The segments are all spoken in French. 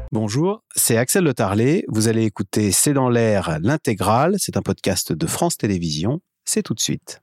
Bonjour, c'est Axel Le Tarlet. Vous allez écouter C'est dans l'air, l'intégrale. C'est un podcast de France Télévisions. C'est tout de suite.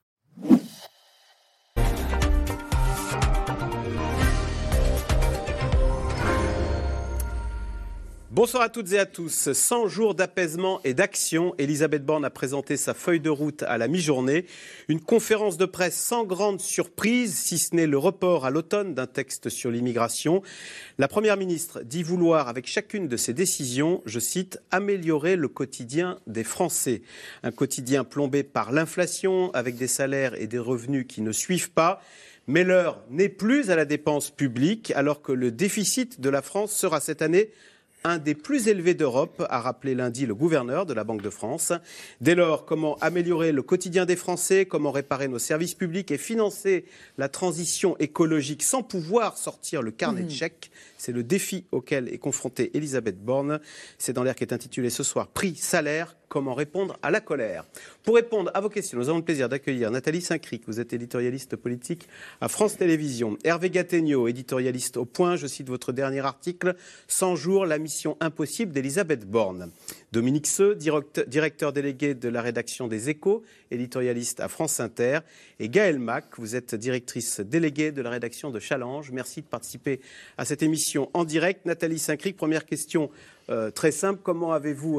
Bonsoir à toutes et à tous. 100 jours d'apaisement et d'action. Elisabeth Borne a présenté sa feuille de route à la mi-journée. Une conférence de presse sans grande surprise, si ce n'est le report à l'automne d'un texte sur l'immigration. La Première ministre dit vouloir, avec chacune de ses décisions, je cite, « améliorer le quotidien des Français ». Un quotidien plombé par l'inflation, avec des salaires et des revenus qui ne suivent pas. Mais l'heure n'est plus à la dépense publique, alors que le déficit de la France sera cette année un des plus élevés d'Europe, a rappelé lundi le gouverneur de la Banque de France. Dès lors, comment améliorer le quotidien des Français, comment réparer nos services publics et financer la transition écologique sans pouvoir sortir le carnet de chèques? C'est le défi auquel est confrontée Elisabeth Borne. C'est dans l'air qui est intitulé ce soir « Prix, salaire, comment répondre à la colère ?» Pour répondre à vos questions, nous avons le plaisir d'accueillir Nathalie Saint-Cric. Vous êtes éditorialiste politique à France Télévisions. Hervé Gattegno, éditorialiste au Point. Je cite votre dernier article « 100 jours, la mission impossible d'Elisabeth Borne ». Dominique Seux, directeur délégué de la rédaction des Échos, éditorialiste à France Inter. Et Gaëlle Mac, vous êtes directrice déléguée de la rédaction de Challenge. Merci de participer à cette émission en direct. Nathalie Saint-Cric, première question très simple. Comment avez-vous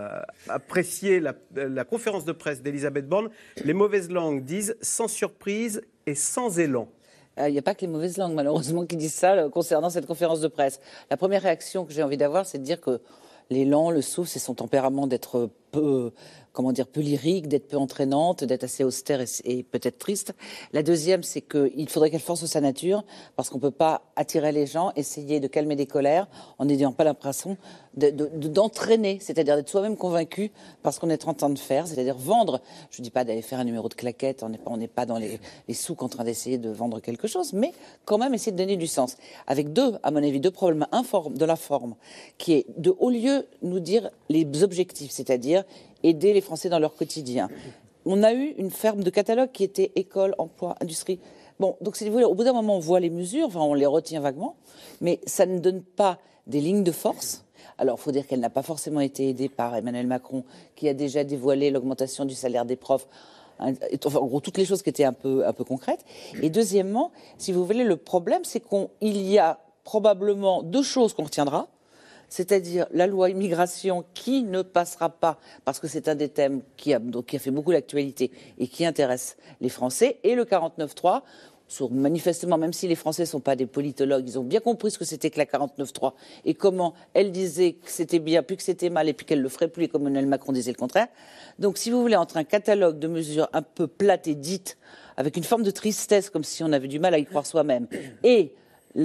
apprécié la conférence de presse d'Elisabeth Borne? Les mauvaises langues disent sans surprise et sans élan. Il n'y a pas que les mauvaises langues, malheureusement, qui disent ça concernant cette conférence de presse. La première réaction que j'ai envie d'avoir, c'est de dire que l'élan, le souffle, c'est son tempérament d'être peu lyrique, d'être peu entraînante, d'être assez austère et peut-être triste. La deuxième, c'est qu'il faudrait qu'elle force sa nature, parce qu'on ne peut pas attirer les gens, essayer de calmer des colères, en n'ayant pas l'impression d'entraîner, c'est-à-dire d'être soi-même convaincu par ce qu'on est en train de faire, c'est-à-dire vendre. Je ne dis pas d'aller faire un numéro de claquette, on n'est pas dans les souks en train d'essayer de vendre quelque chose, mais quand même essayer de donner du sens. Avec à mon avis, deux problèmes. Un, de la forme, qui est au lieu de nous dire les objectifs, c'est-à-dire aider les Français dans leur quotidien. On a eu une ferme de catalogue qui était école, emploi, industrie. Bon, donc si vous voulez, au bout d'un moment, on voit les mesures, enfin, on les retient vaguement, mais ça ne donne pas des lignes de force. Alors, il faut dire qu'elle n'a pas forcément été aidée par Emmanuel Macron, qui a déjà dévoilé l'augmentation du salaire des profs. Enfin, en gros, toutes les choses qui étaient un peu concrètes. Et deuxièmement, si vous voulez, le problème, c'est qu'il y a probablement deux choses qu'on retiendra. C'est-à-dire la loi immigration qui ne passera pas, parce que c'est un des thèmes qui a fait beaucoup d'actualité et qui intéresse les Français, et le 49.3, manifestement, même si les Français ne sont pas des politologues, ils ont bien compris ce que c'était que la 49.3 et comment elle disait que c'était bien, puis que c'était mal, et puis qu'elle ne le ferait plus, et comme Emmanuel Macron disait le contraire. Donc, si vous voulez, entre un catalogue de mesures un peu plates et dites, avec une forme de tristesse, comme si on avait du mal à y croire soi-même, et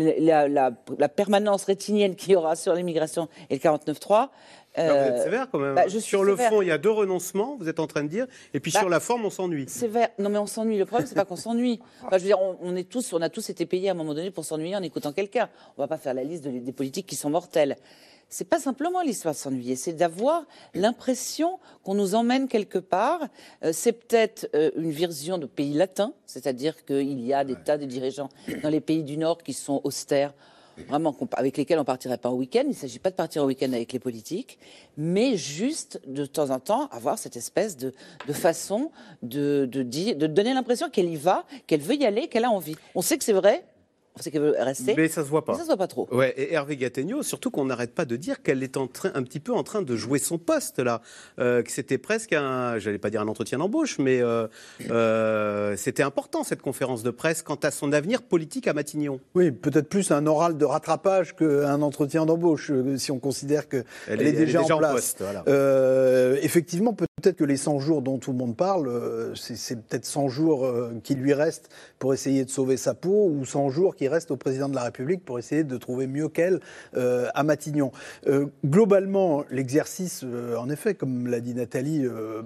la permanence rétinienne qu'il y aura sur l'immigration et le 49.3. Vous êtes sévère quand même. Sur le fond, il y a deux renoncements, vous êtes en train de dire, et puis sur la forme, on s'ennuie. Sévère. Non, mais on s'ennuie. Le problème, c'est pas qu'on s'ennuie. Enfin, je veux dire, on a tous été payés à un moment donné pour s'ennuyer en écoutant quelqu'un. On va pas faire la liste des politiques qui sont mortelles. C'est pas simplement l'histoire de s'ennuyer, c'est d'avoir l'impression qu'on nous emmène quelque part. C'est peut-être une version de pays latins, c'est-à-dire qu'il y a des tas de dirigeants dans les pays du Nord qui sont austères, vraiment avec lesquels on ne partirait pas au week-end. Il ne s'agit pas de partir au week-end avec les politiques, mais juste de temps en temps avoir cette espèce de façon de donner l'impression qu'elle y va, qu'elle veut y aller, qu'elle a envie. On sait que c'est vrai. On sait qu'elle veut rester. Mais ça se voit pas. Mais ça se voit pas trop. Ouais, et Hervé Gattegno, surtout qu'on n'arrête pas de dire qu'elle est un petit peu en train de jouer son poste là. Que c'était presque j'allais pas dire un entretien d'embauche, mais c'était important cette conférence de presse quant à son avenir politique à Matignon. Oui, peut-être plus un oral de rattrapage qu'un entretien d'embauche, si on considère qu'elle est déjà en place. Poste, voilà. Effectivement, peut-être que les 100 jours dont tout le monde parle, c'est peut-être 100 jours qui lui restent pour essayer de sauver sa peau, ou 100 jours qui reste au président de la République pour essayer de trouver mieux qu'elle à Matignon. Globalement, l'exercice, en effet, comme l'a dit Nathalie,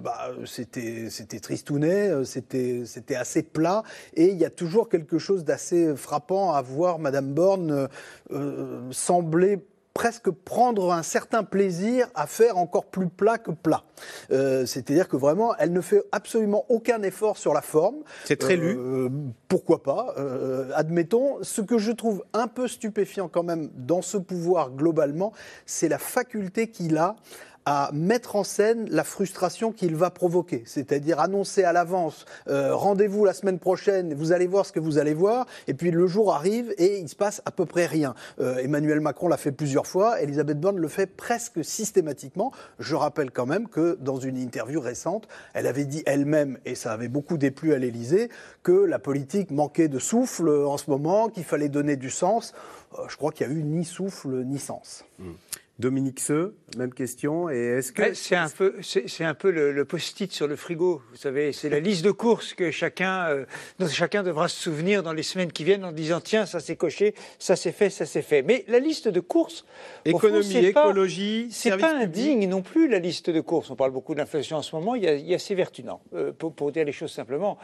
c'était tristounet, c'était assez plat, et il y a toujours quelque chose d'assez frappant à voir Madame Borne sembler presque prendre un certain plaisir à faire encore plus plat que plat. C'est-à-dire que vraiment, elle ne fait absolument aucun effort sur la forme. C'est très lu. Pourquoi pas, admettons. Ce que je trouve un peu stupéfiant quand même dans ce pouvoir globalement, c'est la faculté qu'il a à mettre en scène la frustration qu'il va provoquer. C'est-à-dire annoncer à l'avance, rendez-vous la semaine prochaine, vous allez voir ce que vous allez voir, et puis le jour arrive et il se passe à peu près rien. Emmanuel Macron l'a fait plusieurs fois, Elisabeth Borne le fait presque systématiquement. Je rappelle quand même que dans une interview récente, elle avait dit elle-même, et ça avait beaucoup déplu à l'Élysée, que la politique manquait de souffle en ce moment, qu'il fallait donner du sens. Je crois qu'il n'y a eu ni souffle ni sens. Dominique Seux, même question. Et est-ce que c'est un peu le post-it sur le frigo. Vous savez, c'est la liste de courses que dont chacun devra se souvenir dans les semaines qui viennent en disant tiens, ça c'est coché, ça c'est fait, ça c'est fait. Mais la liste de courses, économie, écologie, c'est pas indigne non plus la liste de courses. On parle beaucoup de l'inflation en ce moment. Il y a ses vertus. Non, pour dire les choses simplement.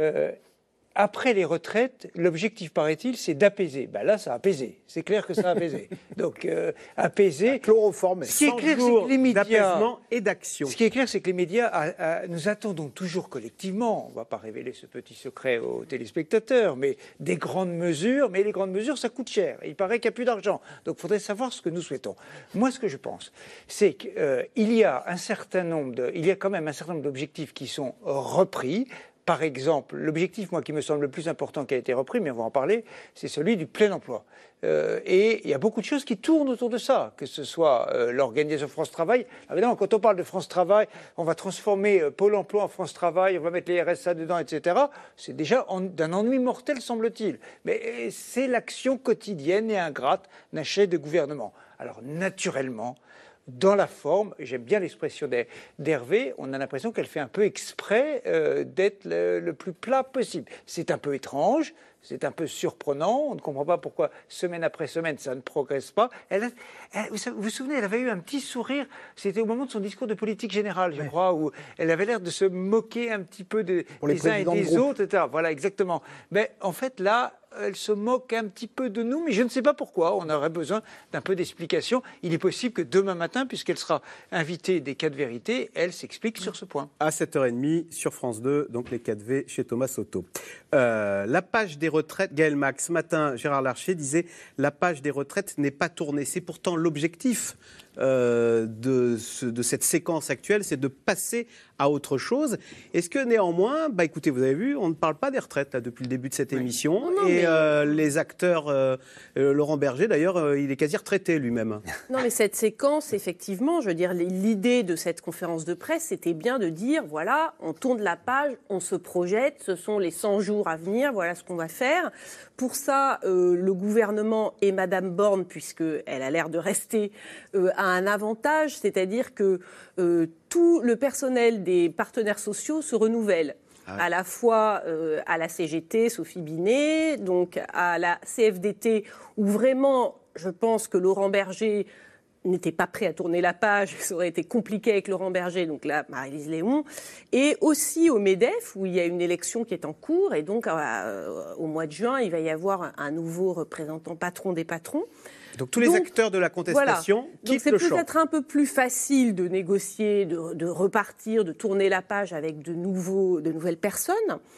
Après les retraites, l'objectif, paraît-il, c'est d'apaiser. Ben là, ça a apaisé. C'est clair que ça a apaisé. Donc, apaiser. Chloroformé. Ce qui est clair, c'est que les médias. D'apaisement et d'action. Ce qui est clair, c'est que les médias, nous attendons toujours collectivement, on ne va pas révéler ce petit secret aux téléspectateurs, mais des grandes mesures. Mais les grandes mesures, ça coûte cher. Il paraît qu'il n'y a plus d'argent. Donc, il faudrait savoir ce que nous souhaitons. Moi, ce que je pense, c'est qu'il y a quand même un certain nombre d'objectifs qui sont repris. Par exemple, l'objectif, moi, qui me semble le plus important qui a été repris, mais on va en parler, c'est celui du plein emploi. Et il y a beaucoup de choses qui tournent autour de ça, que ce soit l'organisation France Travail. Alors évidemment, quand on parle de France Travail, on va transformer Pôle emploi en France Travail, on va mettre les RSA dedans, etc. C'est déjà d'un ennui mortel, semble-t-il. Mais c'est l'action quotidienne et ingrate d'un chef de gouvernement. Alors naturellement, dans la forme, j'aime bien l'expression d'Hervé, on a l'impression qu'elle fait un peu exprès d'être le plus plat possible. C'est un peu étrange, c'est un peu surprenant, on ne comprend pas pourquoi semaine après semaine ça ne progresse pas. Vous vous souvenez, elle avait eu un petit sourire, c'était au moment de son discours de politique générale, je crois, où elle avait l'air de se moquer un petit peu des uns et des autres, etc. Voilà, exactement. Mais en fait, là, elle se moque un petit peu de nous, mais je ne sais pas pourquoi. On aurait besoin d'un peu d'explication. Il est possible que demain matin, puisqu'elle sera invitée des 4 vérités, elle s'explique sur ce point. À 7h30 sur France 2, donc les 4V chez Thomas Soto. La page des retraites, Gaël Max, ce matin, Gérard Larcher disait « La page des retraites n'est pas tournée ». C'est pourtant l'objectif de cette séquence actuelle, c'est de passer à autre chose. Est-ce que néanmoins, écoutez, vous avez vu, on ne parle pas des retraites là, depuis le début de cette émission. Non, et les acteurs, Laurent Berger d'ailleurs, il est quasi retraité lui-même. Non, mais cette séquence, effectivement, je veux dire, l'idée de cette conférence de presse, c'était bien de dire, voilà, on tourne la page, on se projette, ce sont les 100 jours à venir, voilà ce qu'on va faire. Pour ça, le gouvernement et Madame Borne, puisqu'elle a l'air de rester, a un avantage, c'est-à-dire que tout le personnel des partenaires sociaux se renouvelle. À la fois à la CGT, Sophie Binet, donc à la CFDT, où vraiment, je pense que Laurent Berger n'était pas prêt à tourner la page, ça aurait été compliqué avec Laurent Berger, donc là, Maryse Léon, et aussi au MEDEF, où il y a une élection qui est en cours, et donc au mois de juin, il va y avoir un nouveau représentant patron des patrons. Donc tous les acteurs de la contestation quittent le champ. Donc c'est peut-être un peu plus facile de négocier, de repartir, de tourner la page avec de nouvelles personnes.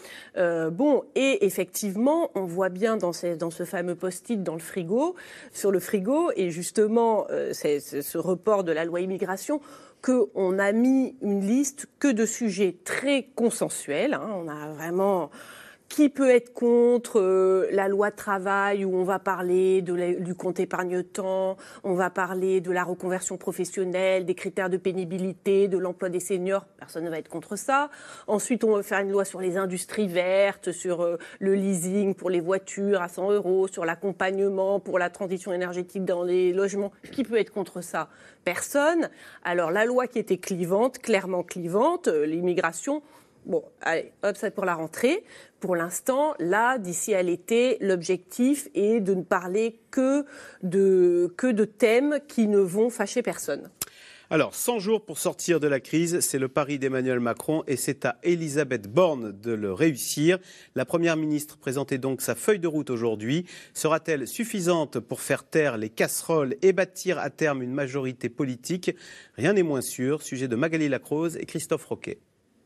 Et effectivement, on voit bien dans ce fameux post-it sur le frigo, et justement, c'est ce report de la loi immigration, qu'on a mis une liste que de sujets très consensuels. On a vraiment... Qui peut être contre la loi travail, où on va parler du compte épargne-temps, on va parler de la reconversion professionnelle, des critères de pénibilité, de l'emploi des seniors, personne ne va être contre ça. Ensuite, on va faire une loi sur les industries vertes, sur le leasing pour les voitures à 100 €, sur l'accompagnement pour la transition énergétique dans les logements. Qui peut être contre ça? Personne. Alors la loi qui était clairement clivante, l'immigration... Bon, allez, hop, ça pour la rentrée. Pour l'instant, là, d'ici à l'été, l'objectif est de ne parler que de thèmes qui ne vont fâcher personne. Alors, 100 jours pour sortir de la crise, c'est le pari d'Emmanuel Macron et c'est à Elisabeth Borne de le réussir. La Première ministre présentait donc sa feuille de route aujourd'hui. Sera-t-elle suffisante pour faire taire les casseroles et bâtir à terme une majorité politique ? Rien n'est moins sûr. Sujet de Magali Lacrose et Christophe Roquet.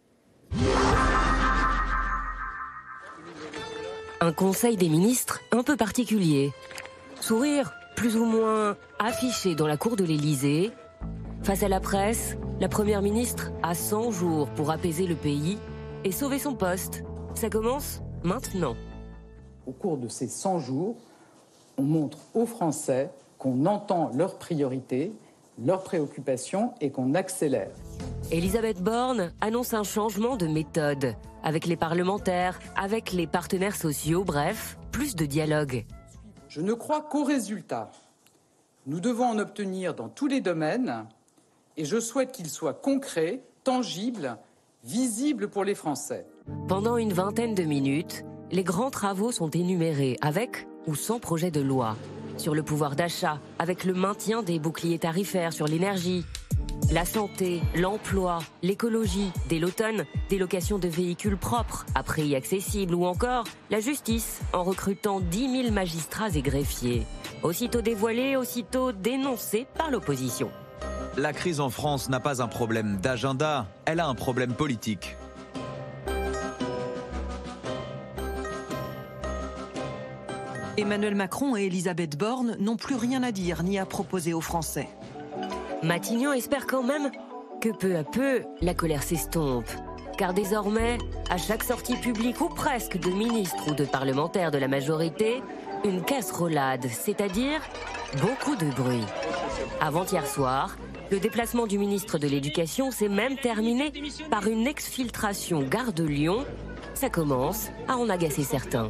Un conseil des ministres un peu particulier. Sourire plus ou moins affiché dans la cour de l'Élysée. Face à la presse, la Première ministre a 100 jours pour apaiser le pays et sauver son poste. Ça commence maintenant. Au cours de ces 100 jours, on montre aux Français qu'on entend leurs priorités, leurs préoccupations et qu'on accélère. Elisabeth Borne annonce un changement de méthode. Avec les parlementaires, avec les partenaires sociaux, bref, plus de dialogue. Je ne crois qu'aux résultats. Nous devons en obtenir dans tous les domaines et je souhaite qu'ils soient concrets, tangibles, visibles pour les Français. Pendant une vingtaine de minutes, les grands travaux sont énumérés avec ou sans projet de loi. Sur le pouvoir d'achat, avec le maintien des boucliers tarifaires sur l'énergie, la santé, l'emploi, l'écologie, dès l'automne, des locations de véhicules propres, à prix accessibles ou encore la justice, en recrutant 10 000 magistrats et greffiers. Aussitôt dévoilés, aussitôt dénoncés par l'opposition. La crise en France n'a pas un problème d'agenda, elle a un problème politique. Emmanuel Macron et Elisabeth Borne n'ont plus rien à dire ni à proposer aux Français. Matignon espère quand même que peu à peu, la colère s'estompe. Car désormais, à chaque sortie publique ou presque de ministres ou de parlementaires de la majorité, une casserolade, c'est-à-dire beaucoup de bruit. Avant-hier soir, le déplacement du ministre de l'Éducation s'est même terminé par une exfiltration gare de Lyon. Ça commence à en agacer certains.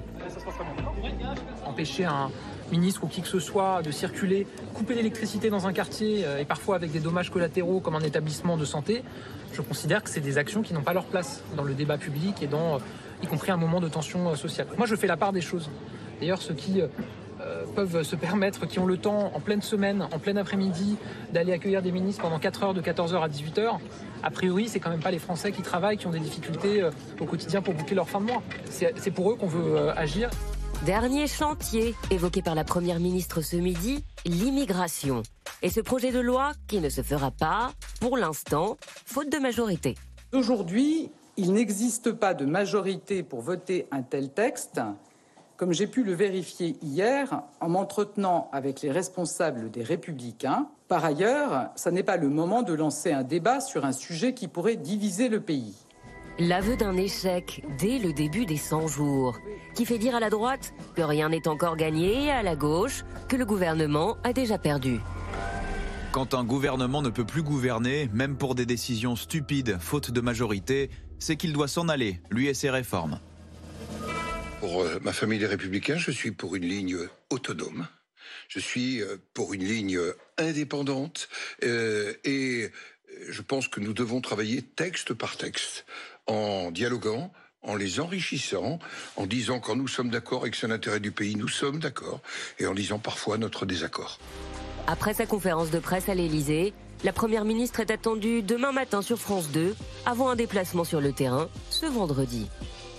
Empêcher un ministre ou qui que ce soit de circuler, couper l'électricité dans un quartier et parfois avec des dommages collatéraux comme un établissement de santé, je considère que c'est des actions qui n'ont pas leur place dans le débat public et dans, y compris un moment de tension sociale. Moi, je fais la part des choses. D'ailleurs, ceux qui peuvent se permettre, qui ont le temps en pleine semaine, en plein après-midi, d'aller accueillir des ministres pendant 4 heures de 14h à 18h, a priori, c'est quand même pas les Français qui travaillent, qui ont des difficultés au quotidien pour boucler leur fin de mois. C'est pour eux qu'on veut agir. Dernier chantier évoqué par la Première ministre ce midi, l'immigration. Et ce projet de loi qui ne se fera pas, pour l'instant, faute de majorité. Aujourd'hui, il n'existe pas de majorité pour voter un tel texte, comme j'ai pu le vérifier hier en m'entretenant avec les responsables des Républicains. Par ailleurs, ça n'est pas le moment de lancer un débat sur un sujet qui pourrait diviser le pays. L'aveu d'un échec dès le début des 100 jours, qui fait dire à la droite que rien n'est encore gagné et à la gauche que le gouvernement a déjà perdu. Quand un gouvernement ne peut plus gouverner, même pour des décisions stupides, faute de majorité, c'est qu'il doit s'en aller, lui et ses réformes. Pour ma famille des Républicains, je suis pour une ligne autonome. Je suis pour une ligne indépendante et je pense que nous devons travailler texte par texte, en dialoguant, en les enrichissant, en disant quand nous sommes d'accord et que c'est l'intérêt du pays, nous sommes d'accord, et en disant parfois notre désaccord. Après sa conférence de presse à l'Élysée, la Première ministre est attendue demain matin sur France 2, avant un déplacement sur le terrain ce vendredi.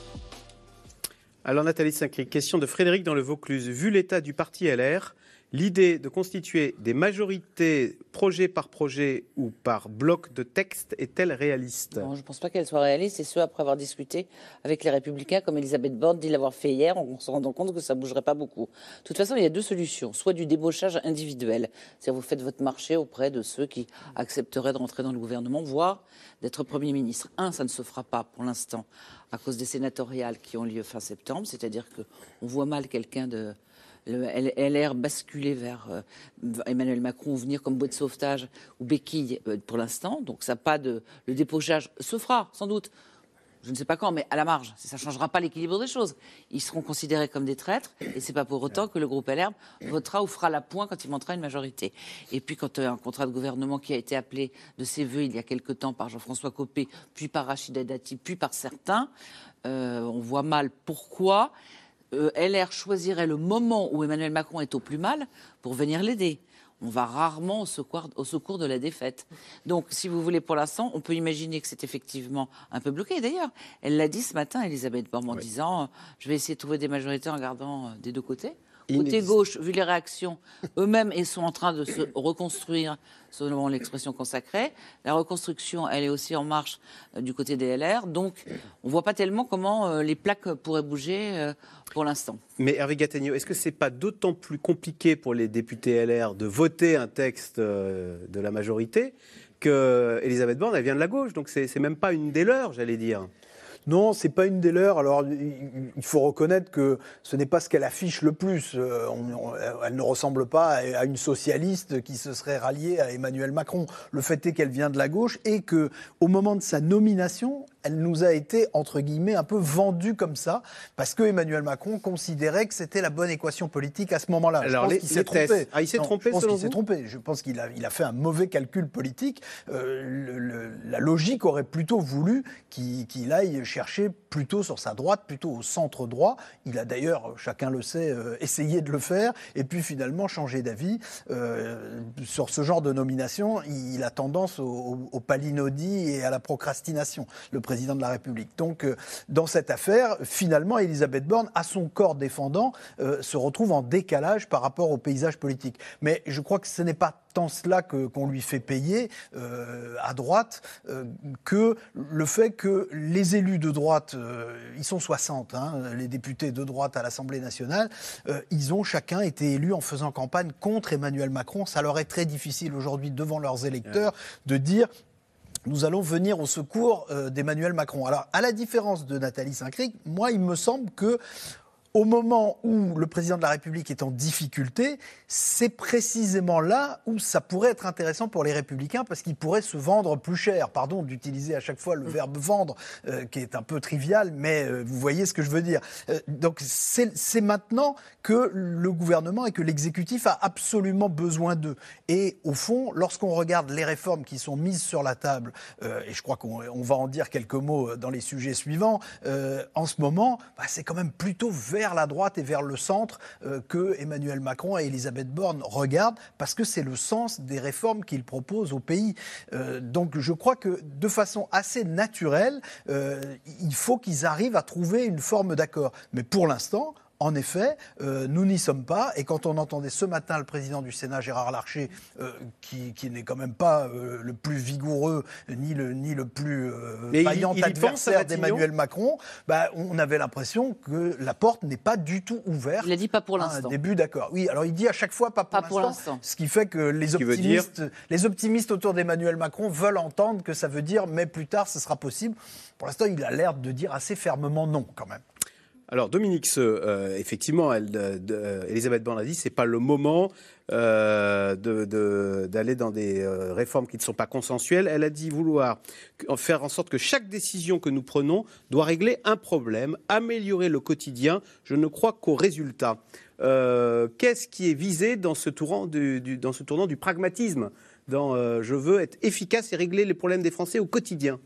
Alors Nathalie Saint-Cric, question de Frédéric dans le Vaucluse. Vu l'état du parti LR, l'idée de constituer des majorités projet par projet ou par bloc de texte est-elle réaliste ? Non, je ne pense pas qu'elle soit réaliste, et ce, après avoir discuté avec les Républicains, comme Elisabeth Borne dit l'avoir fait hier, en se rendant compte que ça ne bougerait pas beaucoup. De toute façon, il y a deux solutions. Soit du débauchage individuel, c'est-à-dire vous faites votre marché auprès de ceux qui accepteraient de rentrer dans le gouvernement, voire d'être Premier ministre. Ça ne se fera pas pour l'instant, à cause des sénatoriales qui ont lieu fin septembre, c'est-à-dire qu'on voit mal quelqu'un de... le LR basculer vers Emmanuel Macron, venir comme bouée de sauvetage ou béquille pour l'instant. Donc ça pas de le débauchage se fera sans doute. Je ne sais pas quand, mais à la marge, ça ne changera pas l'équilibre des choses. Ils seront considérés comme des traîtres, et c'est pas pour autant que le groupe LR votera ou fera la pointe quand il montera une majorité. Et puis quand un contrat de gouvernement qui a été appelé de ses voeux il y a quelque temps par Jean-François Copé, puis par Rachida Dati, puis par certains, on voit mal pourquoi LR choisirait le moment où Emmanuel Macron est au plus mal pour venir l'aider. on va rarement au secours de la défaite. Donc, si vous voulez, pour l'instant, on peut imaginer que c'est effectivement un peu bloqué. D'ailleurs, elle l'a dit ce matin, Elisabeth Borne, en disant je vais essayer de trouver des majorités en regardant des deux côtés. Côté gauche, vu les réactions, eux-mêmes, ils sont en train de se reconstruire, selon l'expression consacrée. La reconstruction, elle est aussi en marche du côté des LR. Donc, on ne voit pas tellement comment les plaques pourraient bouger pour l'instant. Mais Hervé Gattegno, est-ce que ce n'est pas d'autant plus compliqué pour les députés LR de voter un texte de la majorité que Elisabeth Borne, elle vient de la gauche, donc c'est même pas une des leurs, j'allais dire. Non, c'est pas une des leurs. Alors, il faut reconnaître que ce n'est pas ce qu'elle affiche le plus. Elle ne ressemble pas à une socialiste qui se serait ralliée à Emmanuel Macron. Le fait est qu'elle vient de la gauche et que, au moment de sa nomination, elle nous a été, entre guillemets, un peu vendue comme ça, parce que Emmanuel Macron considérait que c'était la bonne équation politique à ce moment-là. Alors, il s'est trompé. Ah, il s'est trompé, selon vous ? Je pense qu'il s'est trompé. Je pense qu'il a fait un mauvais calcul politique. La logique aurait plutôt voulu qu'il aille chercher plutôt sur sa droite, plutôt au centre droit. Il a d'ailleurs, chacun le sait, essayé de le faire, et puis finalement changé d'avis. Sur ce genre de nomination, il a tendance au palinodie et à la procrastination, le président de la République. Donc, dans cette affaire, finalement, Elisabeth Borne, à son corps défendant, se retrouve en décalage par rapport au paysage politique. Mais je crois que ce n'est pas tant cela qu'on lui fait payer à droite que le fait que les élus de droite, ils sont 60, les députés de droite à l'Assemblée nationale, ils ont chacun été élus en faisant campagne contre Emmanuel Macron. Ça leur est très difficile aujourd'hui devant leurs électeurs de dire nous allons venir au secours d'Emmanuel Macron. Alors, à la différence de Nathalie Saint-Cric, moi, il me semble que au moment où le président de la République est en difficulté, c'est précisément là où ça pourrait être intéressant pour les Républicains parce qu'ils pourraient se vendre plus cher. Pardon d'utiliser à chaque fois le verbe vendre, qui est un peu trivial, mais vous voyez ce que je veux dire. Donc c'est maintenant que le gouvernement et que l'exécutif a absolument besoin d'eux. Et au fond, lorsqu'on regarde les réformes qui sont mises sur la table, et je crois qu'on va en dire quelques mots dans les sujets suivants, en ce moment, c'est quand même plutôt vers la droite et vers le centre que Emmanuel Macron et Elisabeth Borne regardent, parce que c'est le sens des réformes qu'ils proposent au pays. Donc je crois que de façon assez naturelle, il faut qu'ils arrivent à trouver une forme d'accord. Mais pour l'instant, en effet, nous n'y sommes pas. Et quand on entendait ce matin le président du Sénat, Gérard Larcher, qui n'est quand même pas le plus vigoureux ni le plus vaillant adversaire d'Emmanuel Macron, on avait l'impression que la porte n'est pas du tout ouverte. Il l'a dit pas pour l'instant. Un début d'accord. Oui, alors il dit à chaque fois pas pour l'instant. Ce qui fait que les optimistes autour d'Emmanuel Macron veulent entendre que ça veut dire mais plus tard ce sera possible. Pour l'instant, il a l'air de dire assez fermement non quand même. Alors Dominique Seux, effectivement, Elisabeth Borne a dit c'est pas le moment d'aller dans des réformes qui ne sont pas consensuelles. Elle a dit vouloir faire en sorte que chaque décision que nous prenons doit régler un problème, améliorer le quotidien. Je ne crois qu'au résultat. Qu'est-ce qui est visé dans ce tournant du pragmatisme, dans je veux être efficace et régler les problèmes des Français au quotidien?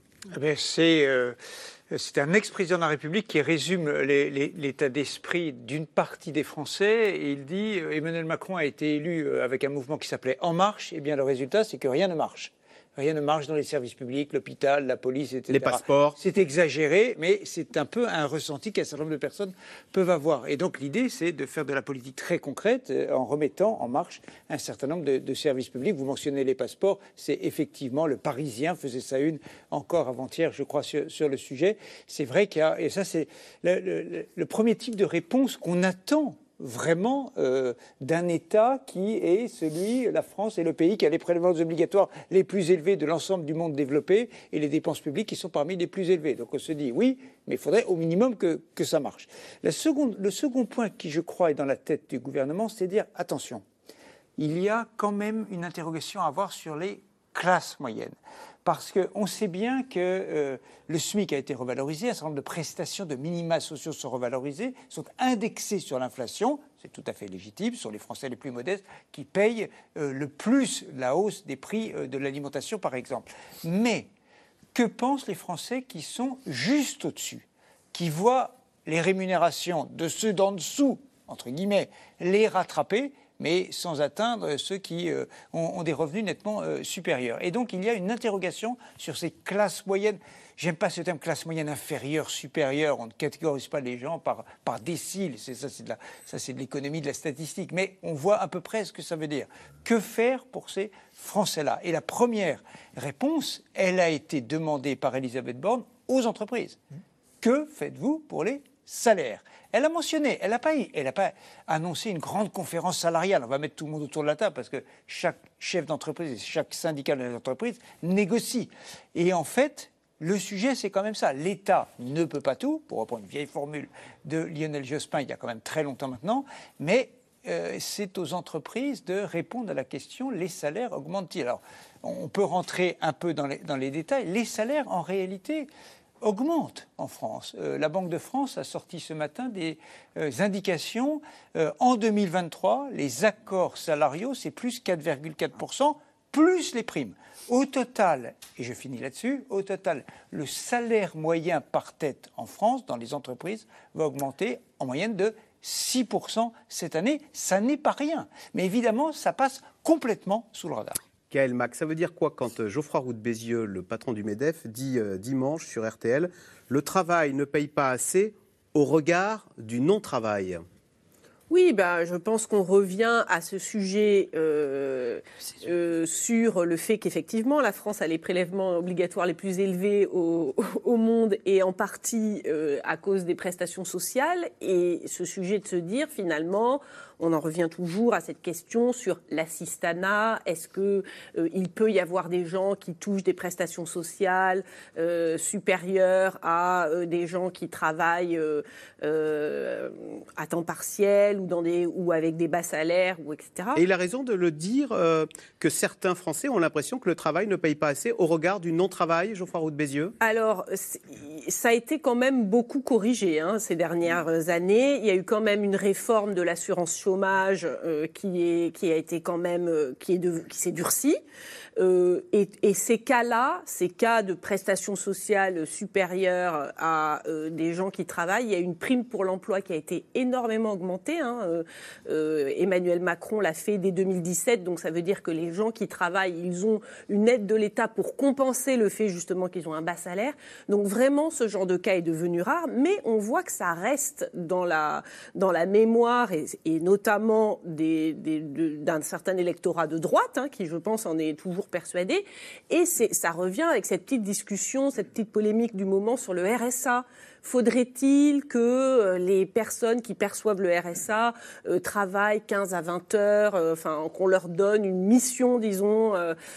C'est un ex-président de la République qui résume l'état d'esprit d'une partie des Français. Et il dit Emmanuel Macron a été élu avec un mouvement qui s'appelait En Marche. Eh bien, le résultat, c'est que rien ne marche. Rien ne marche dans les services publics, l'hôpital, la police, etc. Les passeports. C'est exagéré, mais c'est un peu un ressenti qu'un certain nombre de personnes peuvent avoir. Et donc l'idée, c'est de faire de la politique très concrète en remettant en marche un certain nombre de services publics. Vous mentionnez les passeports, c'est effectivement le Parisien faisait sa une encore avant-hier, je crois, sur le sujet. C'est vrai qu'il y a, et ça c'est le premier type de réponse qu'on attend vraiment d'un État qui est la France est le pays qui a les prélèvements obligatoires les plus élevés de l'ensemble du monde développé et les dépenses publiques qui sont parmi les plus élevées. Donc on se dit oui, mais il faudrait au minimum que ça marche. Le second point qui, je crois, est dans la tête du gouvernement, c'est de dire attention, il y a quand même une interrogation à avoir sur les classes moyennes. Parce qu'on sait bien que le SMIC a été revalorisé, un certain nombre de prestations de minima sociaux sont revalorisées, sont indexées sur l'inflation, c'est tout à fait légitime, ce sont les Français les plus modestes qui payent le plus la hausse des prix de l'alimentation, par exemple. Mais que pensent les Français qui sont juste au-dessus, qui voient les rémunérations de ceux d'en dessous, entre guillemets, les rattraper, mais sans atteindre ceux qui ont des revenus nettement supérieurs. Et donc, il y a une interrogation sur ces classes moyennes. J'aime pas ce terme classe moyenne inférieure, supérieure. On ne catégorise pas les gens par déciles. Ça, c'est de l'économie, de la statistique. Mais on voit à peu près ce que ça veut dire. Que faire pour ces Français-là? Et la première réponse, elle a été demandée par Elisabeth Borne aux entreprises. Que faites-vous pour les salaires? Elle a mentionné, elle n'a pas annoncé une grande conférence salariale. On va mettre tout le monde autour de la table parce que chaque chef d'entreprise, chaque syndicat de l'entreprise négocie. Et en fait, le sujet, c'est quand même ça. L'État ne peut pas tout, pour reprendre une vieille formule de Lionel Jospin il y a quand même très longtemps maintenant, mais c'est aux entreprises de répondre à la question, les salaires augmentent-ils? Alors, on peut rentrer un peu dans les détails. Les salaires, en réalité, augmentent en France. La Banque de France a sorti ce matin des indications. En 2023, les accords salariaux, c'est plus 4,4%, plus les primes. Au total, et je finis là-dessus, au total, le salaire moyen par tête en France, dans les entreprises, va augmenter en moyenne de 6% cette année. Ça n'est pas rien. Mais évidemment, ça passe complètement sous le radar. Gaël Mac, ça veut dire quoi quand Geoffroy Roux de Bézieux, le patron du MEDEF, dit dimanche sur RTL « Le travail ne paye pas assez au regard du non-travail ». Oui, je pense qu'on revient à ce sujet sur le fait qu'effectivement, la France a les prélèvements obligatoires les plus élevés au monde et en partie à cause des prestations sociales. Et ce sujet de se dire, finalement, on en revient toujours à cette question sur l'assistanat. Est-ce qu'il peut y avoir des gens qui touchent des prestations sociales supérieures à des gens qui travaillent à temps partiel ou avec des bas salaires, etc. Et il a raison de le dire que certains Français ont l'impression que le travail ne paye pas assez au regard du non-travail, Geoffroy Roux de Bézieux. Alors, ça a été quand même beaucoup corrigé ces dernières années. Il y a eu quand même une réforme de l'assurance chômage qui s'est durcie. Et ces cas-là, ces cas de prestations sociales supérieures à des gens qui travaillent, il y a une prime pour l'emploi qui a été énormément augmentée. Emmanuel Macron l'a fait dès 2017, donc ça veut dire que les gens qui travaillent, ils ont une aide de l'État pour compenser le fait justement qu'ils ont un bas salaire. Donc vraiment, ce genre de cas est devenu rare, mais on voit que ça reste dans la mémoire et notamment d'un certain électorat de droite, qui je pense en est toujours persuadé. Et ça revient avec cette petite discussion, cette petite polémique du moment sur le RSA. Faudrait-il que les personnes qui perçoivent le RSA travaillent 15 à 20 heures, qu'on leur donne une mission, disons,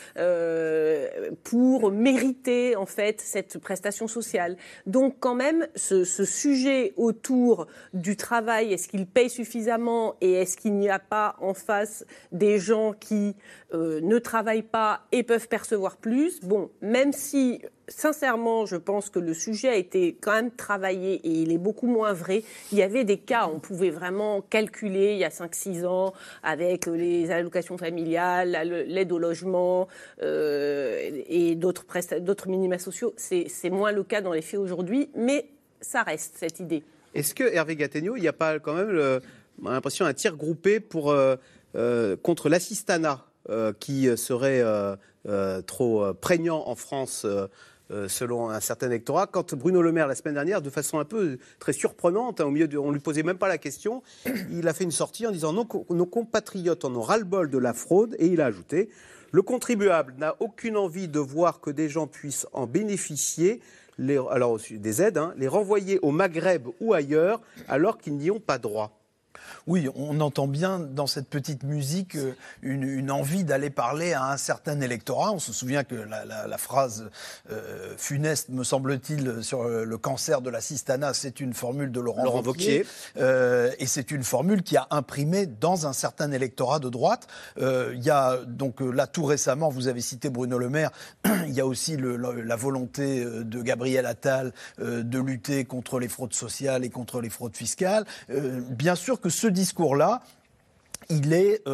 pour mériter en fait cette prestation sociale. Donc quand même, ce sujet autour du travail, est-ce qu'il paye suffisamment et est-ce qu'il n'y a pas en face des gens qui ne travaillent pas et peuvent percevoir plus? Bon, même si sincèrement, je pense que le sujet a été quand même travaillé et il est beaucoup moins vrai. Il y avait des cas, on pouvait vraiment calculer il y a 5-6 ans avec les allocations familiales, l'aide au logement et d'autres minima sociaux. C'est moins le cas dans les faits aujourd'hui, mais ça reste cette idée. Est-ce que, Hervé Gattegno, il n'y a pas quand même, on a l'impression, un tir groupé contre l'assistanat qui serait trop prégnant en France selon un certain électorat, quand Bruno Le Maire, la semaine dernière, de façon un peu très surprenante, on ne lui posait même pas la question, il a fait une sortie en disant nos compatriotes en ont ras-le-bol de la fraude, et il a ajouté « Le contribuable n'a aucune envie de voir que des gens puissent en bénéficier, alors des aides, les renvoyer au Maghreb ou ailleurs, alors qu'ils n'y ont pas droit ». Oui, on entend bien dans cette petite musique une envie d'aller parler à un certain électorat. On se souvient que la phrase funeste, me semble-t-il, sur le cancer de l'assistanat, c'est une formule de Laurent Wauquiez. Et c'est une formule qui a imprimé dans un certain électorat de droite. Il y a donc là, tout récemment, vous avez cité Bruno Le Maire, il y a aussi la volonté de Gabriel Attal de lutter contre les fraudes sociales et contre les fraudes fiscales. Bien sûr que ce discours-là, il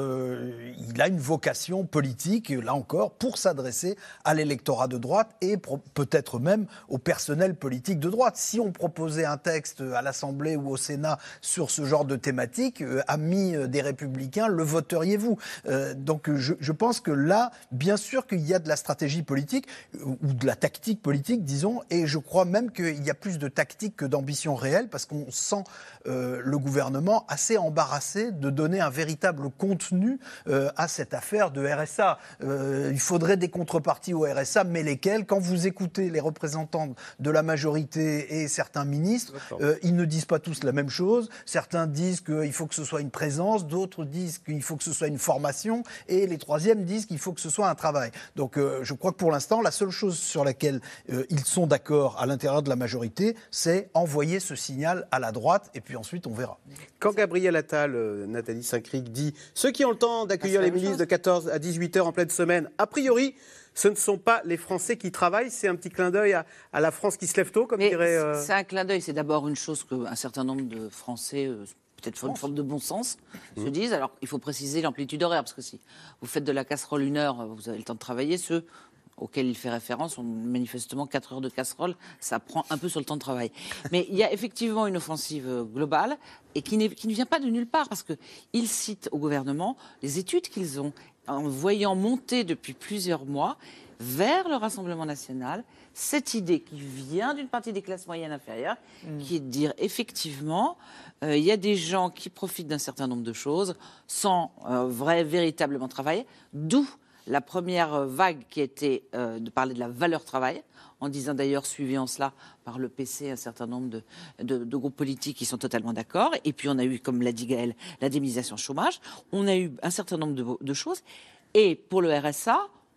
a une vocation politique, là encore, pour s'adresser à l'électorat de droite et peut-être même au personnel politique de droite. Si on proposait un texte à l'Assemblée ou au Sénat sur ce genre de thématique, amis des Républicains, le voteriez-vous ? Donc je pense que là, bien sûr qu'il y a de la stratégie politique, ou de la tactique politique, disons, et je crois même qu'il y a plus de tactique que d'ambition réelle, parce qu'on sent le gouvernement assez embarrassé de donner un véritable contenu à cette affaire de RSA. Il faudrait des contreparties au RSA, mais lesquelles ? Quand vous écoutez les représentants de la majorité et certains ministres, ils ne disent pas tous la même chose. Certains disent qu'il faut que ce soit une présence, d'autres disent qu'il faut que ce soit une formation, et les troisièmes disent qu'il faut que ce soit un travail. Donc je crois que pour l'instant, la seule chose sur laquelle ils sont d'accord à l'intérieur de la majorité, c'est envoyer ce signal à la droite, et puis ensuite on verra. Quand Gabriel Attal, Nathalie Saint-Cric dit « Ceux qui ont le temps d'accueillir les ministres de 14 à 18 heures en pleine semaine, a priori, ce ne sont pas les Français qui travaillent », c'est un petit clin d'œil à la France qui se lève tôt, comme dirait... C'est un clin d'œil, c'est d'abord une chose qu'un certain nombre de Français... peut-être une forme de bon sens, se disent. Alors, il faut préciser l'amplitude horaire, parce que si vous faites de la casserole 1 heure, vous avez le temps de travailler. Ceux auxquels il fait référence ont manifestement 4 heures de casserole, ça prend un peu sur le temps de travail. Mais il y a effectivement une offensive globale, et qui ne vient pas de nulle part, parce qu'ils citent au gouvernement les études qu'ils ont, en voyant monter depuis plusieurs mois, vers le Rassemblement national, cette idée qui vient d'une partie des classes moyennes inférieures, qui est de dire effectivement, il y a des gens qui profitent d'un certain nombre de choses sans véritablement travailler, d'où la première vague qui était de parler de la valeur travail, en disant d'ailleurs, suivi en cela par le PC, un certain nombre de groupes politiques qui sont totalement d'accord. Et puis on a eu, comme l'a dit Gaël, l'indemnisation chômage. On a eu un certain nombre de choses. Et pour le RSA,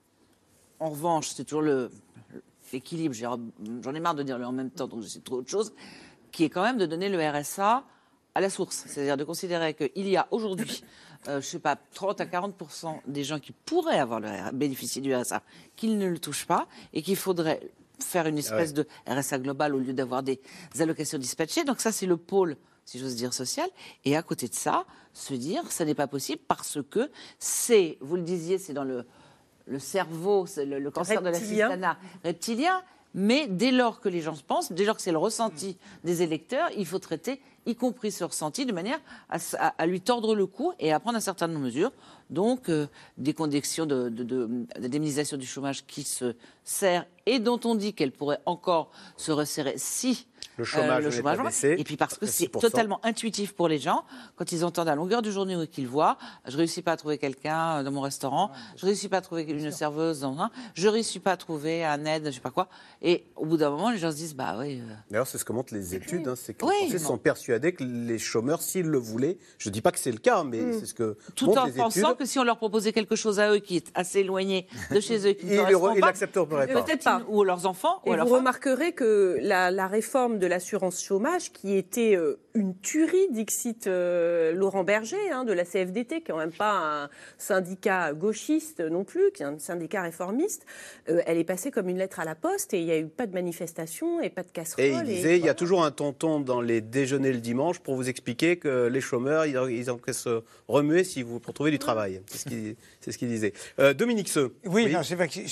en revanche, c'est toujours l'équilibre, j'en ai marre de dire le en même temps, donc je sais trop autre chose, qui est quand même de donner le RSA à la source. C'est-à-dire de considérer qu'il y a aujourd'hui, je ne sais pas, 30 à 40% des gens qui pourraient bénéficier du RSA, qu'ils ne le touchent pas, et qu'il faudrait faire une espèce de RSA global au lieu d'avoir des allocations dispatchées. Donc ça, c'est le pôle, si j'ose dire, social. Et à côté de ça, se dire, ça n'est pas possible parce que c'est, vous le disiez, c'est dans le cerveau, c'est le cancer de l'assistanat reptilien, mais dès lors que les gens se pensent, dès lors que c'est le ressenti des électeurs, il faut traiter, y compris ce ressenti, de manière à lui tordre le cou et à prendre un certain nombre de mesures. Donc, des conditions d'indemnisation du chômage qui se serrent et dont on dit qu'elle pourrait encore se resserrer si le chômage et puis parce que c'est totalement intuitif pour les gens, quand ils entendent à longueur de journée ou qu'ils voient, je réussis pas à trouver quelqu'un dans mon restaurant, je réussis pas à trouver une serveuse dans un, je réussis pas à trouver un aide, je sais pas quoi, et au bout d'un moment, les gens se disent, bah oui. D'ailleurs, c'est ce que montrent les études, c'est que les Français sont persuadés que les chômeurs, s'ils le voulaient, je dis pas que c'est le cas, mais c'est ce que tout en pensant que si on leur proposait quelque chose à eux qui est assez éloigné de chez eux, qui ne correspond pas, peut-être pas, ou leurs enfants, et vous remarquerez que la réforme de l'assurance chômage, qui était une tuerie, dixit Laurent Berger, de la CFDT, qui n'est même pas un syndicat gauchiste non plus, qui est un syndicat réformiste, elle est passée comme une lettre à la poste et il n'y a eu pas de manifestation et pas de casserole. Et il disait, il y a toujours un tonton dans les déjeuners le dimanche pour vous expliquer que les chômeurs, ils ont qu'à se remuer pour trouver du travail. C'est ce qu'il disait. Dominique Seux. Oui, non, c'est vrai qu'il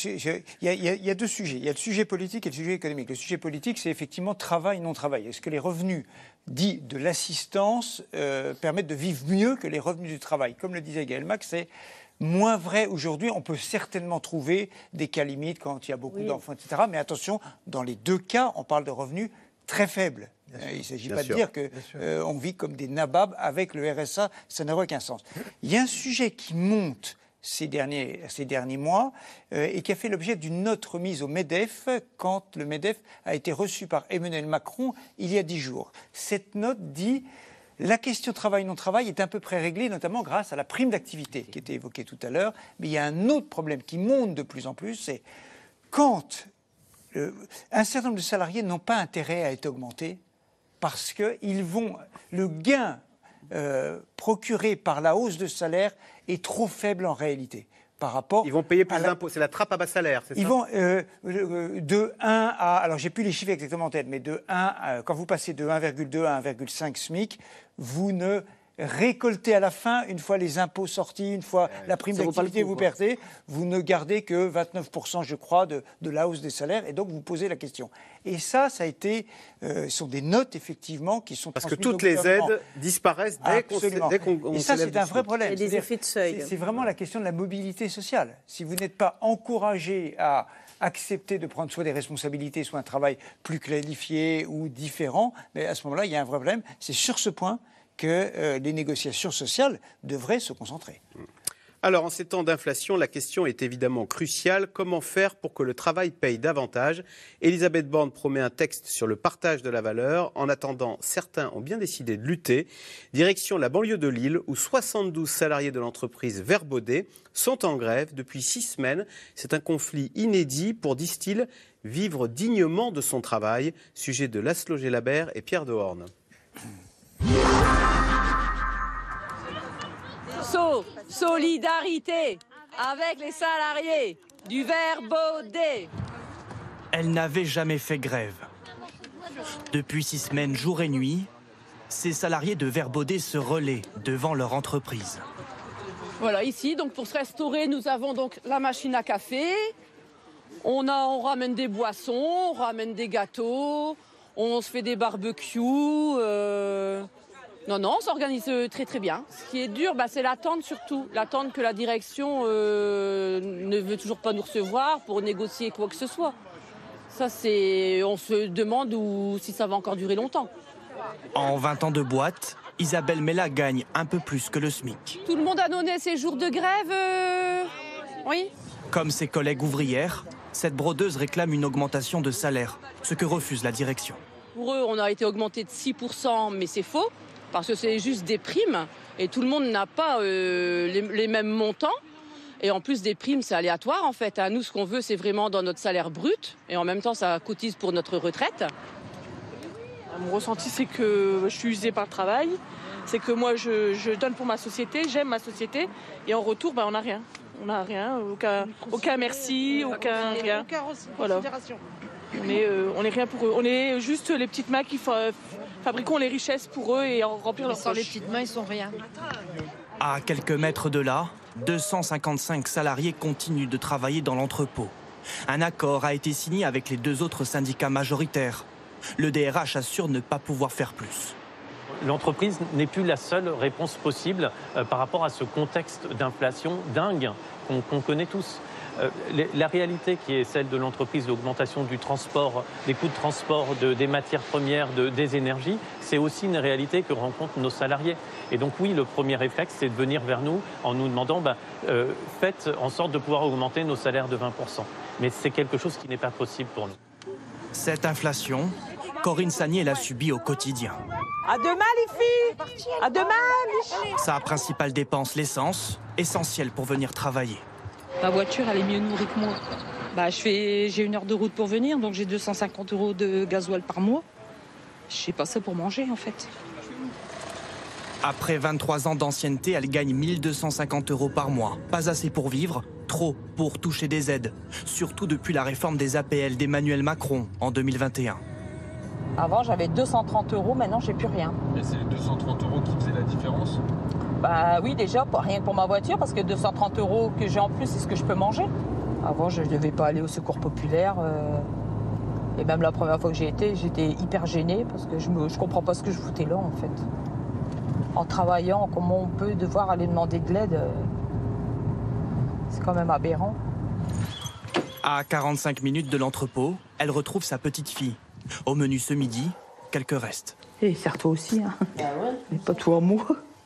y a deux sujets. Il y a le sujet politique et le sujet économique. Le sujet politique, c'est effectivement travail, non-travail. Est-ce que les revenus dits de l'assistance permettent de vivre mieux que les revenus du travail ? Comme le disait Gaël Mac, c'est moins vrai aujourd'hui. On peut certainement trouver des cas limites quand il y a beaucoup d'enfants, etc. Mais attention, dans les deux cas, on parle de revenus très faibles. Il ne s'agit pas de dire qu'on vit comme des nababs avec le RSA, ça n'aurait aucun sens. Il y a un sujet qui monte ces derniers mois et qui a fait l'objet d'une note remise au MEDEF quand le MEDEF a été reçu par Emmanuel Macron il y a 10 jours. Cette note dit « La question travail-non-travail est à peu près réglée, notamment grâce à la prime d'activité qui était évoquée tout à l'heure. Mais il y a un autre problème qui monte de plus en plus, c'est quand un certain nombre de salariés n'ont pas intérêt à être augmentés parce que le gain procuré par la hausse de salaire est trop faible en réalité. Par rapport ils vont payer plus d'impôts, c'est la trappe à bas salaire, c'est ça ? Ils vont de 1 à... Alors, j'ai plus les chiffres exactement en tête, mais quand vous passez de 1,2 à 1,5 SMIC, vous ne récolté à la fin, une fois les impôts sortis, une fois la prime d'activité vous perdez, vous ne gardez que 29%, je crois, de la hausse des salaires, et donc vous posez la question. Et ça a été, ce sont des notes, effectivement, qui sont parce que transmises toutes les aides disparaissent dès qu'on et ça, s'élève c'est un dessus. vrai problème. Il y a des effets de seuil. C'est vraiment la question de la mobilité sociale. Si vous n'êtes pas encouragé à accepter de prendre soit des responsabilités, soit un travail plus qualifié ou différent, mais à ce moment-là, il y a un vrai problème. C'est sur ce point que les négociations sociales devraient se concentrer. Alors, en ces temps d'inflation, la question est évidemment cruciale. Comment faire pour que le travail paye davantage ? Elisabeth Borne promet un texte sur le partage de la valeur. En attendant, certains ont bien décidé de lutter. Direction la banlieue de Lille, où 72 salariés de l'entreprise Verbaudet sont en grève depuis 6 semaines. C'est un conflit inédit pour, disent-ils, vivre dignement de son travail. Sujet de Laszlo Gelabert et Pierre Dehorne. Solidarité avec les salariés du Verbaudet. Elle n'avait jamais fait grève. Depuis 6 semaines, jour et nuit, ces salariés de Verbaudet se relaient devant leur entreprise. Voilà, ici, donc pour se restaurer, nous avons donc la machine à café. On ramène des boissons, on ramène des gâteaux, on se fait des barbecues. Non, on s'organise très très bien. Ce qui est dur, c'est l'attente surtout. L'attente que la direction ne veut toujours pas nous recevoir pour négocier quoi que ce soit. Ça, on se demande si ça va encore durer longtemps. En 20 ans de boîte, Isabelle Mella gagne un peu plus que le SMIC. Tout le monde a donné ses jours de grève, oui. Comme ses collègues ouvrières, cette brodeuse réclame une augmentation de salaire, ce que refuse la direction. Pour eux, on a été augmenté de 6%, mais c'est faux. Parce que c'est juste des primes et tout le monde n'a pas les mêmes montants. Et en plus des primes, c'est aléatoire en fait. Nous, ce qu'on veut, c'est vraiment dans notre salaire brut. Et en même temps, ça cotise pour notre retraite. Mon ressenti, c'est que je suis usée par le travail. C'est que moi, je donne pour ma société, j'aime ma société. Et en retour, on n'a rien. On n'a rien, aucun merci, aucun rien. Voilà. On est rien pour eux. On est juste les petites mains qui fabriquons les richesses pour eux et en remplir leurs poches. Les petites mains, ils sont rien. À quelques mètres de là, 255 salariés continuent de travailler dans l'entrepôt. Un accord a été signé avec les 2 autres syndicats majoritaires. Le DRH assure ne pas pouvoir faire plus. L'entreprise n'est plus la seule réponse possible par rapport à ce contexte d'inflation dingue qu'on connaît tous. La réalité qui est celle de l'entreprise, l'augmentation du transport, des coûts de transport, des matières premières, des énergies, c'est aussi une réalité que rencontrent nos salariés. Et donc oui, le premier réflexe, c'est de venir vers nous en nous demandant faites en sorte de pouvoir augmenter nos salaires de 20%. Mais c'est quelque chose qui n'est pas possible pour nous. Cette inflation, Corinne Sagnier l'a subie au quotidien. À demain les filles. À demain Mich. Sa principale dépense, l'essence, essentielle pour venir travailler. Ma voiture, elle est mieux nourrie que moi. J'ai 1 heure de route pour venir, donc j'ai 250 € de gasoil par mois. J'ai pas ça pour manger, en fait. Après 23 ans d'ancienneté, elle gagne 1 250 € par mois. Pas assez pour vivre, trop pour toucher des aides. Surtout depuis la réforme des APL d'Emmanuel Macron en 2021. Avant, j'avais 230 €, maintenant, j'ai plus rien. Et c'est les 230 € qui faisaient la différence ? Oui, déjà, rien que pour ma voiture, parce que 230 € que j'ai en plus, c'est ce que je peux manger. Avant, je ne devais pas aller au secours populaire. Et même la première fois que j'étais hyper gênée, parce que je ne comprends pas ce que je foutais là, en fait. En travaillant, comment on peut devoir aller demander de l'aide, c'est quand même aberrant. À 45 minutes de l'entrepôt, elle retrouve sa petite fille. Au menu ce midi, quelques restes. Et serre-toi aussi, hein. Ah ouais. Mais pas toi, moi.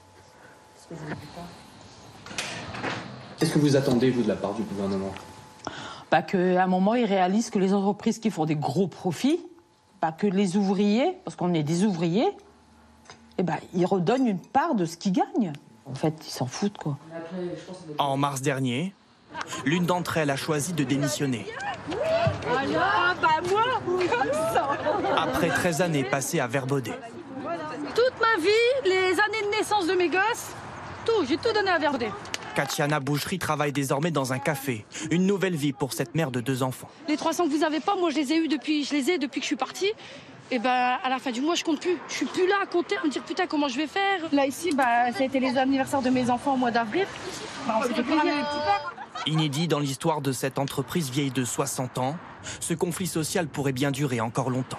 Qu'est-ce que vous attendez, vous, de la part du gouvernement ? Qu'à un moment, ils réalisent que les entreprises qui font des gros profits, que les ouvriers, parce qu'on est des ouvriers, ils redonnent une part de ce qu'ils gagnent. En fait, ils s'en foutent, quoi. En mars dernier, l'une d'entre elles a choisi de démissionner. Moi, comme ça. Après 13 années passées à Verbaudet. Toute ma vie, les années de naissance de mes gosses, j'ai tout donné à Verbaudet. Katiana Boucherie travaille désormais dans un café. Une nouvelle vie pour cette mère de 2 enfants. Les 300 que vous avez pas, moi je les ai depuis que je suis partie. Et à la fin du mois, je compte plus. Je suis plus là à compter, à me dire putain comment je vais faire. Là ici, ça a été les anniversaires de mes enfants au mois d'avril. On s'est fait plaisir. Inédit dans l'histoire de cette entreprise vieille de 60 ans, ce conflit social pourrait bien durer encore longtemps.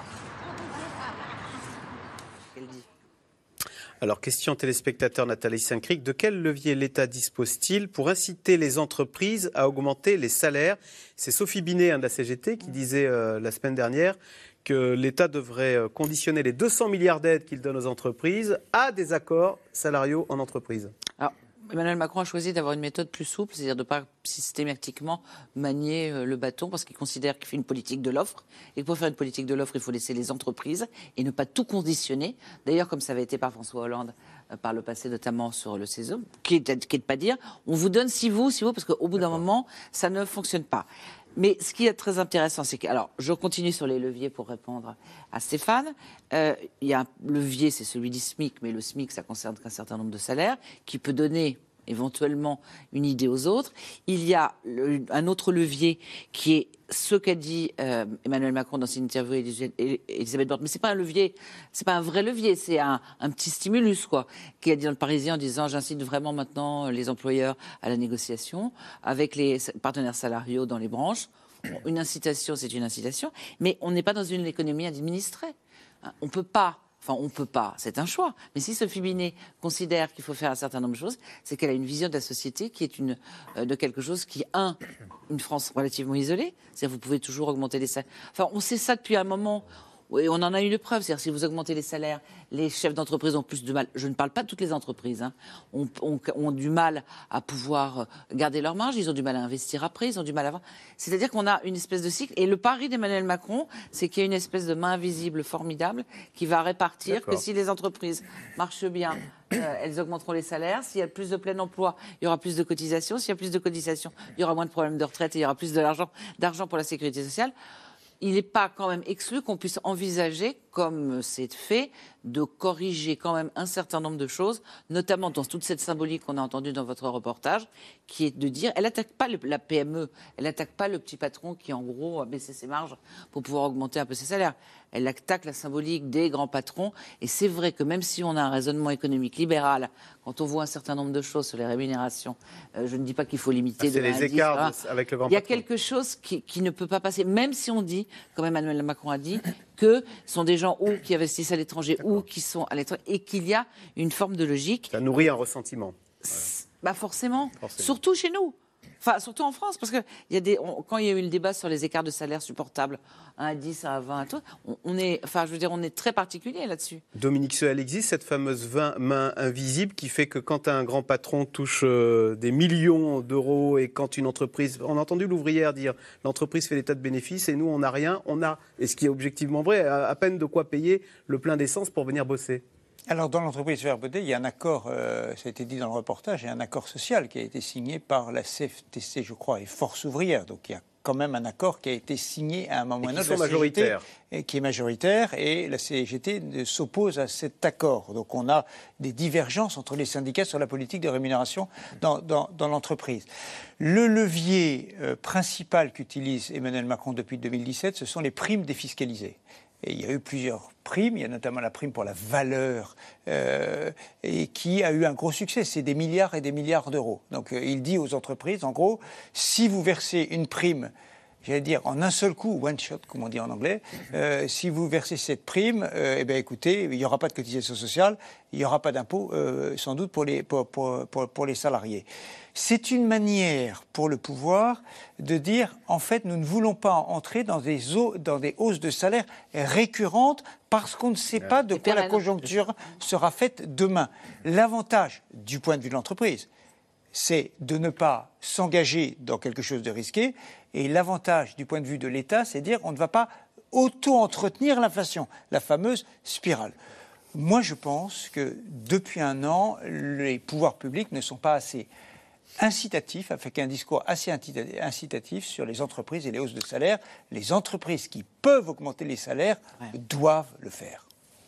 Alors, question téléspectateur Nathalie Saint-Cric, de quel levier l'État dispose-t-il pour inciter les entreprises à augmenter les salaires? C'est Sophie Binet de la CGT qui disait la semaine dernière que l'État devrait conditionner les 200 milliards d'aides qu'il donne aux entreprises à des accords salariaux en entreprise. Alors, Emmanuel Macron a choisi d'avoir une méthode plus souple, c'est-à-dire de ne pas systématiquement manier le bâton, parce qu'il considère qu'il fait une politique de l'offre, et que pour faire une politique de l'offre, il faut laisser les entreprises et ne pas tout conditionner. D'ailleurs, comme ça avait été par François Hollande par le passé, notamment sur le CESE, qui est de pas dire on vous donne si vous, parce qu'au bout d'un moment, ça ne fonctionne pas. Mais ce qui est très intéressant, c'est que, alors, je continue sur les leviers pour répondre à Stéphane. Il y a un levier, c'est celui du SMIC, mais le SMIC, ça concerne qu'un certain nombre de salaires, qui peut donner éventuellement une idée aux autres. Il y a un autre levier qui est ce qu'a dit Emmanuel Macron dans cette interview Elisabeth Borne. Mais c'est pas un levier, c'est pas un vrai levier, c'est un petit stimulus, quoi, qu'il a dit dans le Parisien en disant j'incite vraiment maintenant les employeurs à la négociation avec les partenaires salariaux dans les branches. Bon, une incitation, c'est une incitation, mais on n'est pas dans une économie administrée. On peut pas. Enfin, on peut pas, c'est un choix. Mais si Sophie Binet considère qu'il faut faire un certain nombre de choses, c'est qu'elle a une vision de la société qui est de quelque chose qui, une France relativement isolée. C'est-à-dire vous pouvez toujours augmenter les salaires. Enfin, on sait ça depuis un moment. Oui, on en a eu une preuve. C'est-à-dire si vous augmentez les salaires, les chefs d'entreprise ont plus de mal. Je ne parle pas de toutes les entreprises. Ont du mal à pouvoir garder leur marge. Ils ont du mal à investir après. Ils ont du mal à avoir. C'est-à-dire qu'on a une espèce de cycle. Et le pari d'Emmanuel Macron, c'est qu'il y a une espèce de main invisible formidable qui va répartir que si les entreprises marchent bien, elles augmenteront les salaires. S'il y a plus de plein emploi, il y aura plus de cotisations. S'il y a plus de cotisations, il y aura moins de problèmes de retraite et il y aura plus d'argent pour la sécurité sociale. Il n'est pas quand même exclu qu'on puisse envisager, comme c'est fait, de corriger quand même un certain nombre de choses, notamment dans toute cette symbolique qu'on a entendue dans votre reportage, qui est de dire, elle n'attaque pas la PME, elle n'attaque pas le petit patron qui, en gros, a baissé ses marges pour pouvoir augmenter un peu ses salaires. Elle attaque la symbolique des grands patrons. Et c'est vrai que même si on a un raisonnement économique libéral, quand on voit un certain nombre de choses sur les rémunérations, je ne dis pas qu'il faut limiter c'est les écarts avec le grand patron. Il y a quelque chose qui ne peut pas passer, même si on dit, comme Emmanuel Macron a dit, que ce sont des gens qui investissent à l'étranger ou qui sont à l'étranger, et qu'il y a une forme de logique. Ça nourrit un ressentiment. Forcément. Surtout chez nous. Enfin, surtout en France, parce que quand il y a eu le débat sur les écarts de salaire supportables, 1 à 10, 1 à 20, on est très particulier là-dessus. Dominique Seux, elle existe cette fameuse main invisible qui fait que quand un grand patron touche des millions d'euros et quand une entreprise, on a entendu l'ouvrière dire l'entreprise fait des tas de bénéfices et nous on n'a rien, et ce qui est objectivement vrai, à peine de quoi payer le plein d'essence pour venir bosser. Alors, dans l'entreprise Verbaudet, il y a un accord, ça a été dit dans le reportage, il y a un accord social qui a été signé par la CFTC, je crois, et Force ouvrière. Donc, il y a quand même un accord qui a été signé à un moment ou à un autre. Qui est majoritaire, et la CGT s'oppose à cet accord. Donc, on a des divergences entre les syndicats sur la politique de rémunération dans l'entreprise. Le levier principal qu'utilise Emmanuel Macron depuis 2017, ce sont les primes défiscalisées. Et il y a eu plusieurs primes, il y a notamment la prime pour la valeur, et qui a eu un gros succès. C'est des milliards et des milliards d'euros. Donc il dit aux entreprises, en gros, si vous versez une prime, j'allais dire en un seul coup, one shot, comme on dit en anglais, si vous versez cette prime, écoutez, il n'y aura pas de cotisation sociale, il n'y aura pas d'impôt, sans doute pour les salariés. C'est une manière pour le pouvoir de dire, en fait, nous ne voulons pas entrer dans des hausses de salaire récurrentes parce qu'on ne sait pas de quoi la conjoncture sera faite demain. L'avantage du point de vue de l'entreprise, c'est de ne pas s'engager dans quelque chose de risqué. Et l'avantage du point de vue de l'État, c'est de dire on ne va pas auto-entretenir l'inflation, la fameuse spirale. Moi, je pense que depuis un an, les pouvoirs publics ne sont pas assez incitatif, avec un discours assez incitatif sur les entreprises et les hausses de salaire. Les entreprises qui peuvent augmenter les salaires doivent le faire.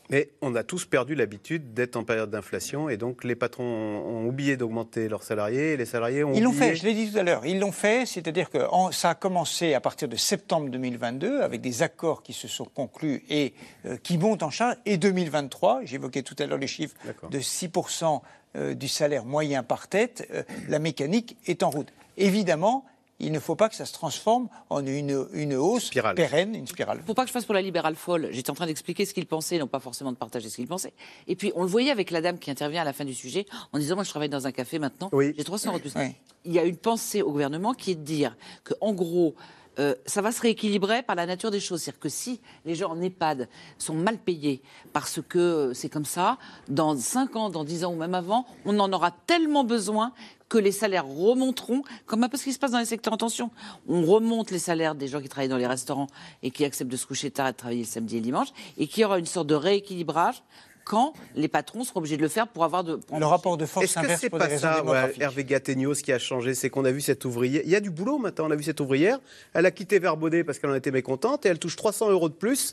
Mais on a tous perdu l'habitude d'être en période d'inflation et donc les patrons ont oublié d'augmenter leurs salariés et les salariés ont oublié... Ils l'ont fait, je l'ai dit tout à l'heure, ils l'ont fait, c'est-à-dire que ça a commencé à partir de septembre 2022 avec des accords qui se sont conclus et qui montent en charge. Et 2023, j'évoquais tout à l'heure les chiffres de 6% du salaire moyen par tête, la mécanique est en route. Évidemment, il ne faut pas que ça se transforme en une hausse pérenne, une spirale. Faut pas que je fasse pour la libérale folle. J'étais en train d'expliquer ce qu'il pensait, non pas forcément de partager ce qu'il pensait. Et puis, on le voyait avec la dame qui intervient à la fin du sujet, en disant, moi, je travaille dans un café maintenant, j'ai 300 euros de plus. Oui. Il y a une pensée au gouvernement qui est de dire qu'en gros, ça va se rééquilibrer par la nature des choses. C'est-à-dire que si les gens en EHPAD sont mal payés parce que c'est comme ça, dans 5 ans, dans 10 ans ou même avant, on en aura tellement besoin que les salaires remonteront, comme un peu ce qui se passe dans les secteurs en tension. On remonte les salaires des gens qui travaillent dans les restaurants et qui acceptent de se coucher tard et de travailler le samedi et le dimanche, et qu'il y aura une sorte de rééquilibrage quand les patrons seront obligés de le faire pour avoir de... Le rapport de force inverse pour des raisons démographiques. Hervé Gattegno, ce qui a changé, c'est qu'on a vu cette ouvrière... Il y a du boulot maintenant, on a vu cette ouvrière. Elle a quitté Verbaudet parce qu'elle en était mécontente et elle touche 300 euros de plus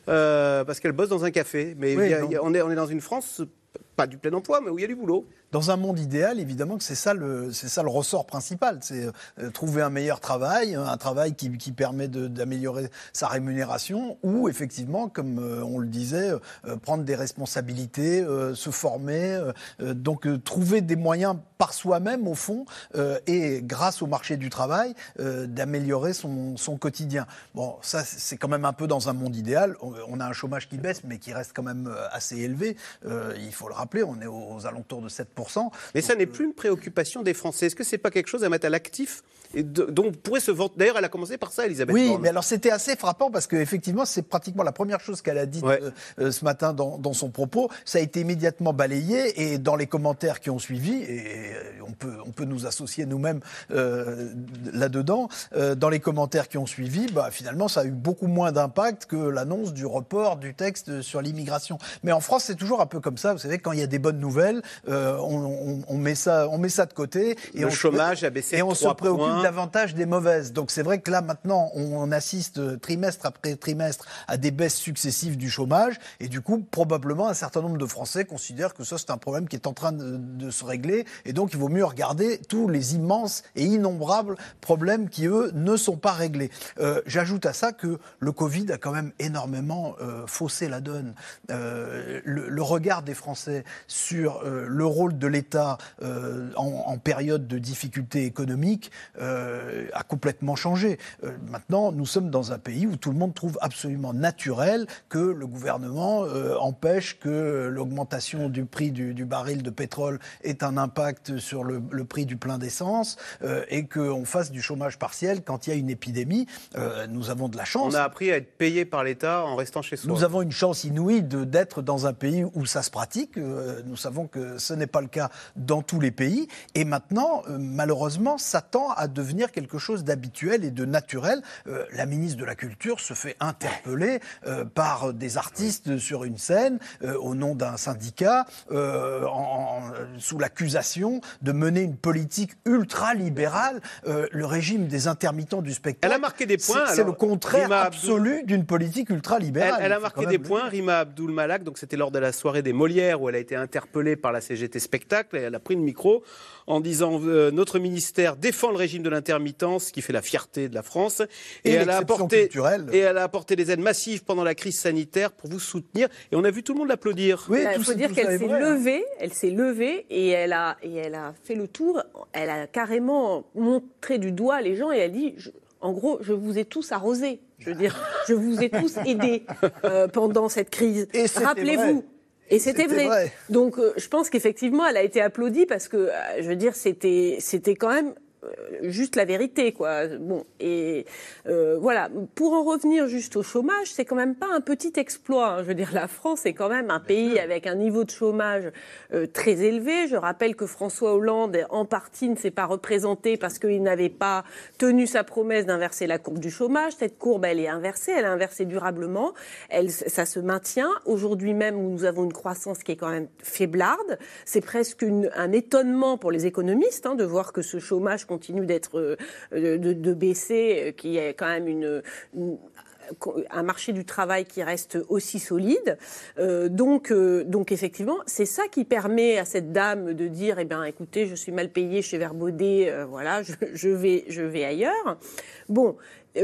parce qu'elle bosse dans un café. Mais on est dans une France, pas du plein emploi, mais où il y a du boulot. Dans un monde idéal, évidemment que c'est ça le ressort principal, c'est trouver un meilleur travail, un travail qui permet d'améliorer sa rémunération, ou effectivement, comme on le disait, prendre des responsabilités, se former, donc trouver des moyens par soi-même au fond, et grâce au marché du travail, d'améliorer son quotidien. Bon, ça c'est quand même un peu dans un monde idéal. On a un chômage qui baisse, mais qui reste quand même assez élevé. Il faut le rappeler, on est aux alentours de 7%. Mais ça n'est plus une préoccupation des Français. Est-ce que c'est pas quelque chose à mettre à l'actif et dont on pourrait se vanter? D'ailleurs, elle a commencé par ça, Elisabeth Borne. Oui, mais alors c'était assez frappant parce qu'effectivement, c'est pratiquement la première chose qu'elle a dite ce matin dans son propos. Ça a été immédiatement balayé et dans les commentaires qui ont suivi, et on peut nous associer nous-mêmes là-dedans, dans les commentaires qui ont suivi, finalement, ça a eu beaucoup moins d'impact que l'annonce du report du texte sur l'immigration. Mais en France, c'est toujours un peu comme ça. Vous savez, quand il y a des bonnes nouvelles, on met ça de côté et le chômage a baissé et on se préoccupe points. davantage des mauvaises. Donc c'est vrai que là maintenant on assiste trimestre après trimestre à des baisses successives du chômage et du coup probablement un certain nombre de Français considèrent que ça c'est un problème qui est en train de se régler et donc il vaut mieux regarder tous les immenses et innombrables problèmes qui eux ne sont pas réglés. J'ajoute à ça que le Covid a quand même énormément faussé la donne. Le regard des Français sur le rôle de l'État en période de difficultés économiques a complètement changé. Maintenant, nous sommes dans un pays où tout le monde trouve absolument naturel que le gouvernement empêche que l'augmentation du prix du baril de pétrole ait un impact sur le prix du plein d'essence et qu'on fasse du chômage partiel quand il y a une épidémie. Nous avons de la chance. On a appris à être payé par l'État en restant chez soi. Nous avons une chance inouïe d'être dans un pays où ça se pratique. Nous savons que ce n'est pas le cas dans tous les pays. Et maintenant, malheureusement, ça tend à devenir quelque chose d'habituel et de naturel. La ministre de la Culture se fait interpeller par des artistes sur une scène au nom d'un syndicat sous l'accusation de mener une politique ultra-libérale. Le régime des intermittents du spectacle, elle a marqué des points. C'est le contraire absolu d'une politique ultra-libérale. Elle a marqué des points, Rima Abdul-Malak, donc c'était lors de la soirée des Molières où elle a été interpellée par la CGT Spectacle et elle a pris le micro en disant notre ministère défend le régime de l'intermittence qui fait la fierté de la France et elle a apporté des aides massives pendant la crise sanitaire pour vous soutenir et on a vu tout le monde l'applaudir. Oui, il faut dire qu'elle s'est levée et elle a fait le tour, elle a carrément montré du doigt les gens et elle dit en gros, je vous ai tous arrosés. Je veux dire, je vous ai tous aidés pendant cette crise. Rappelez-vous. Et c'était vrai. Donc, je pense qu'effectivement, elle a été applaudie parce que, je veux dire, c'était quand même juste la vérité, quoi. Bon, et voilà. Pour en revenir juste au chômage, c'est quand même pas un petit exploit. Hein. Je veux dire, la France est quand même un pays avec un niveau de chômage très élevé. Je rappelle que François Hollande, en partie, ne s'est pas représenté parce qu'il n'avait pas tenu sa promesse d'inverser la courbe du chômage. Cette courbe, elle est inversée. Elle est inversée durablement. Ça se maintient. Aujourd'hui même, où nous avons une croissance qui est quand même faiblarde, c'est presque un étonnement pour les économistes de voir que ce chômage continue d'être de baisser, qui est quand même un marché du travail qui reste aussi solide. Donc effectivement, c'est ça qui permet à cette dame de dire, eh bien, écoutez, je suis mal payée chez Verbaudet, voilà, je vais ailleurs. Bon.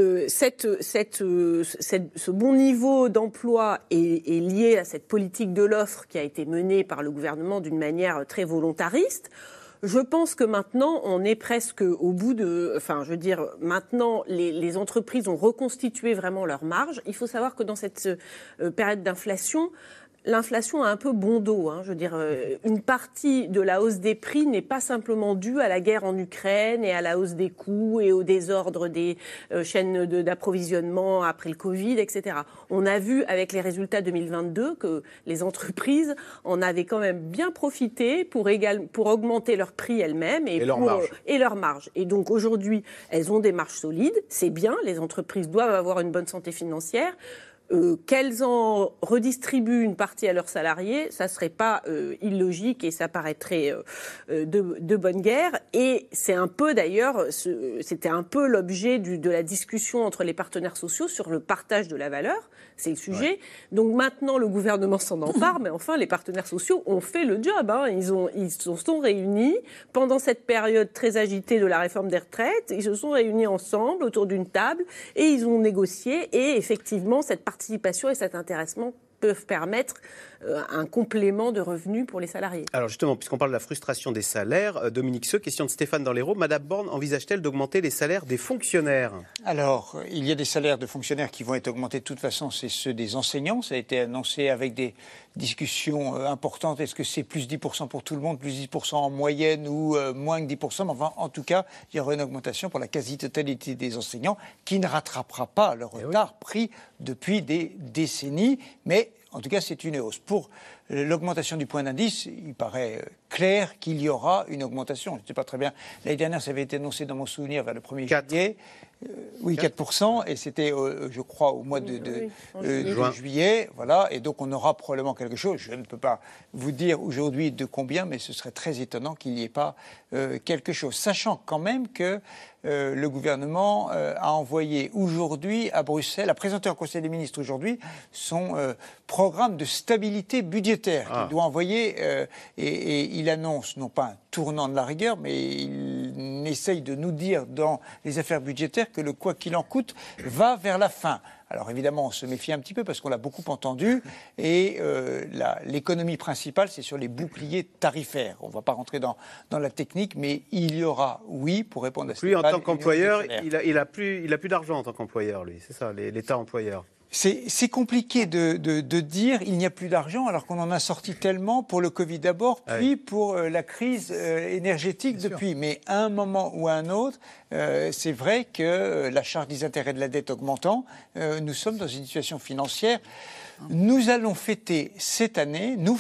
Ce bon niveau d'emploi est lié à cette politique de l'offre qui a été menée par le gouvernement d'une manière très volontariste. Je pense que maintenant, on est presque au bout de... Enfin, je veux dire, maintenant, les entreprises ont reconstitué vraiment leur marge. Il faut savoir que dans cette période d'inflation, l'inflation a un peu bon dos. Je veux dire, une partie de la hausse des prix n'est pas simplement due à la guerre en Ukraine et à la hausse des coûts et au désordre des chaînes d'approvisionnement après le Covid, etc. On a vu avec les résultats 2022 que les entreprises en avaient quand même bien profité pour augmenter leurs prix elles-mêmes et leur marge. Et donc aujourd'hui, elles ont des marges solides. C'est bien, les entreprises doivent avoir une bonne santé financière. Qu'elles en redistribuent une partie à leurs salariés, ça ne serait pas illogique et ça paraîtrait de bonne guerre. Et c'est un peu d'ailleurs, c'était un peu l'objet de la discussion entre les partenaires sociaux sur le partage de la valeur. C'est le sujet. Ouais. Donc maintenant, le gouvernement s'en empare, mais enfin, les partenaires sociaux ont fait le job. Ils se sont réunis pendant cette période très agitée de la réforme des retraites. Ils se sont réunis ensemble autour d'une table et ils ont négocié. Et effectivement, cette participation et cet intéressement peuvent permettre un complément de revenus pour les salariés. Alors justement, puisqu'on parle de la frustration des salaires, Dominique Seux, question de Stéphane dans l'Hérault, Madame Borne envisage-t-elle d'augmenter les salaires des fonctionnaires ? Alors, il y a des salaires de fonctionnaires qui vont être augmentés de toute façon, c'est ceux des enseignants. Ça a été annoncé avec des discussions importantes. Est-ce que c'est plus 10% pour tout le monde, plus 10% en moyenne ou moins que 10% ? Mais enfin, en tout cas, il y aura une augmentation pour la quasi-totalité des enseignants qui ne rattrapera pas le retard pris depuis des décennies, mais en tout cas, c'est une hausse. Pour l'augmentation du point d'indice, il paraît clair qu'il y aura une augmentation. Je ne sais pas très bien. L'année dernière, ça avait été annoncé dans mon souvenir vers le 1er juillet. Oui, 4%, et c'était, je crois, au mois de juillet. Voilà, et donc on aura probablement quelque chose. Je ne peux pas vous dire aujourd'hui de combien, mais ce serait très étonnant qu'il n'y ait pas quelque chose. Sachant quand même que le gouvernement a envoyé aujourd'hui à Bruxelles, a présenté au Conseil des ministres aujourd'hui son programme de stabilité budgétaire qu'il doit envoyer, et il annonce non pas un tournant de la rigueur, mais il essaye de nous dire dans les affaires budgétaires que le quoi qu'il en coûte va vers la fin. Alors évidemment, on se méfie un petit peu parce qu'on l'a beaucoup entendu et l'économie principale, c'est sur les boucliers tarifaires. On ne va pas rentrer dans la technique, mais il y aura, oui, pour répondre à cette question. Lui, en tant qu'employeur, il a plus d'argent en tant qu'employeur, lui, c'est ça, l'État employeur. C'est compliqué de dire il n'y a plus d'argent alors qu'on en a sorti tellement pour le Covid d'abord, puis pour la crise énergétique depuis. Mais à un moment ou à un autre, c'est vrai que la charge des intérêts de la dette augmentant, nous sommes dans une situation financière. Nous allons fêter cette année, la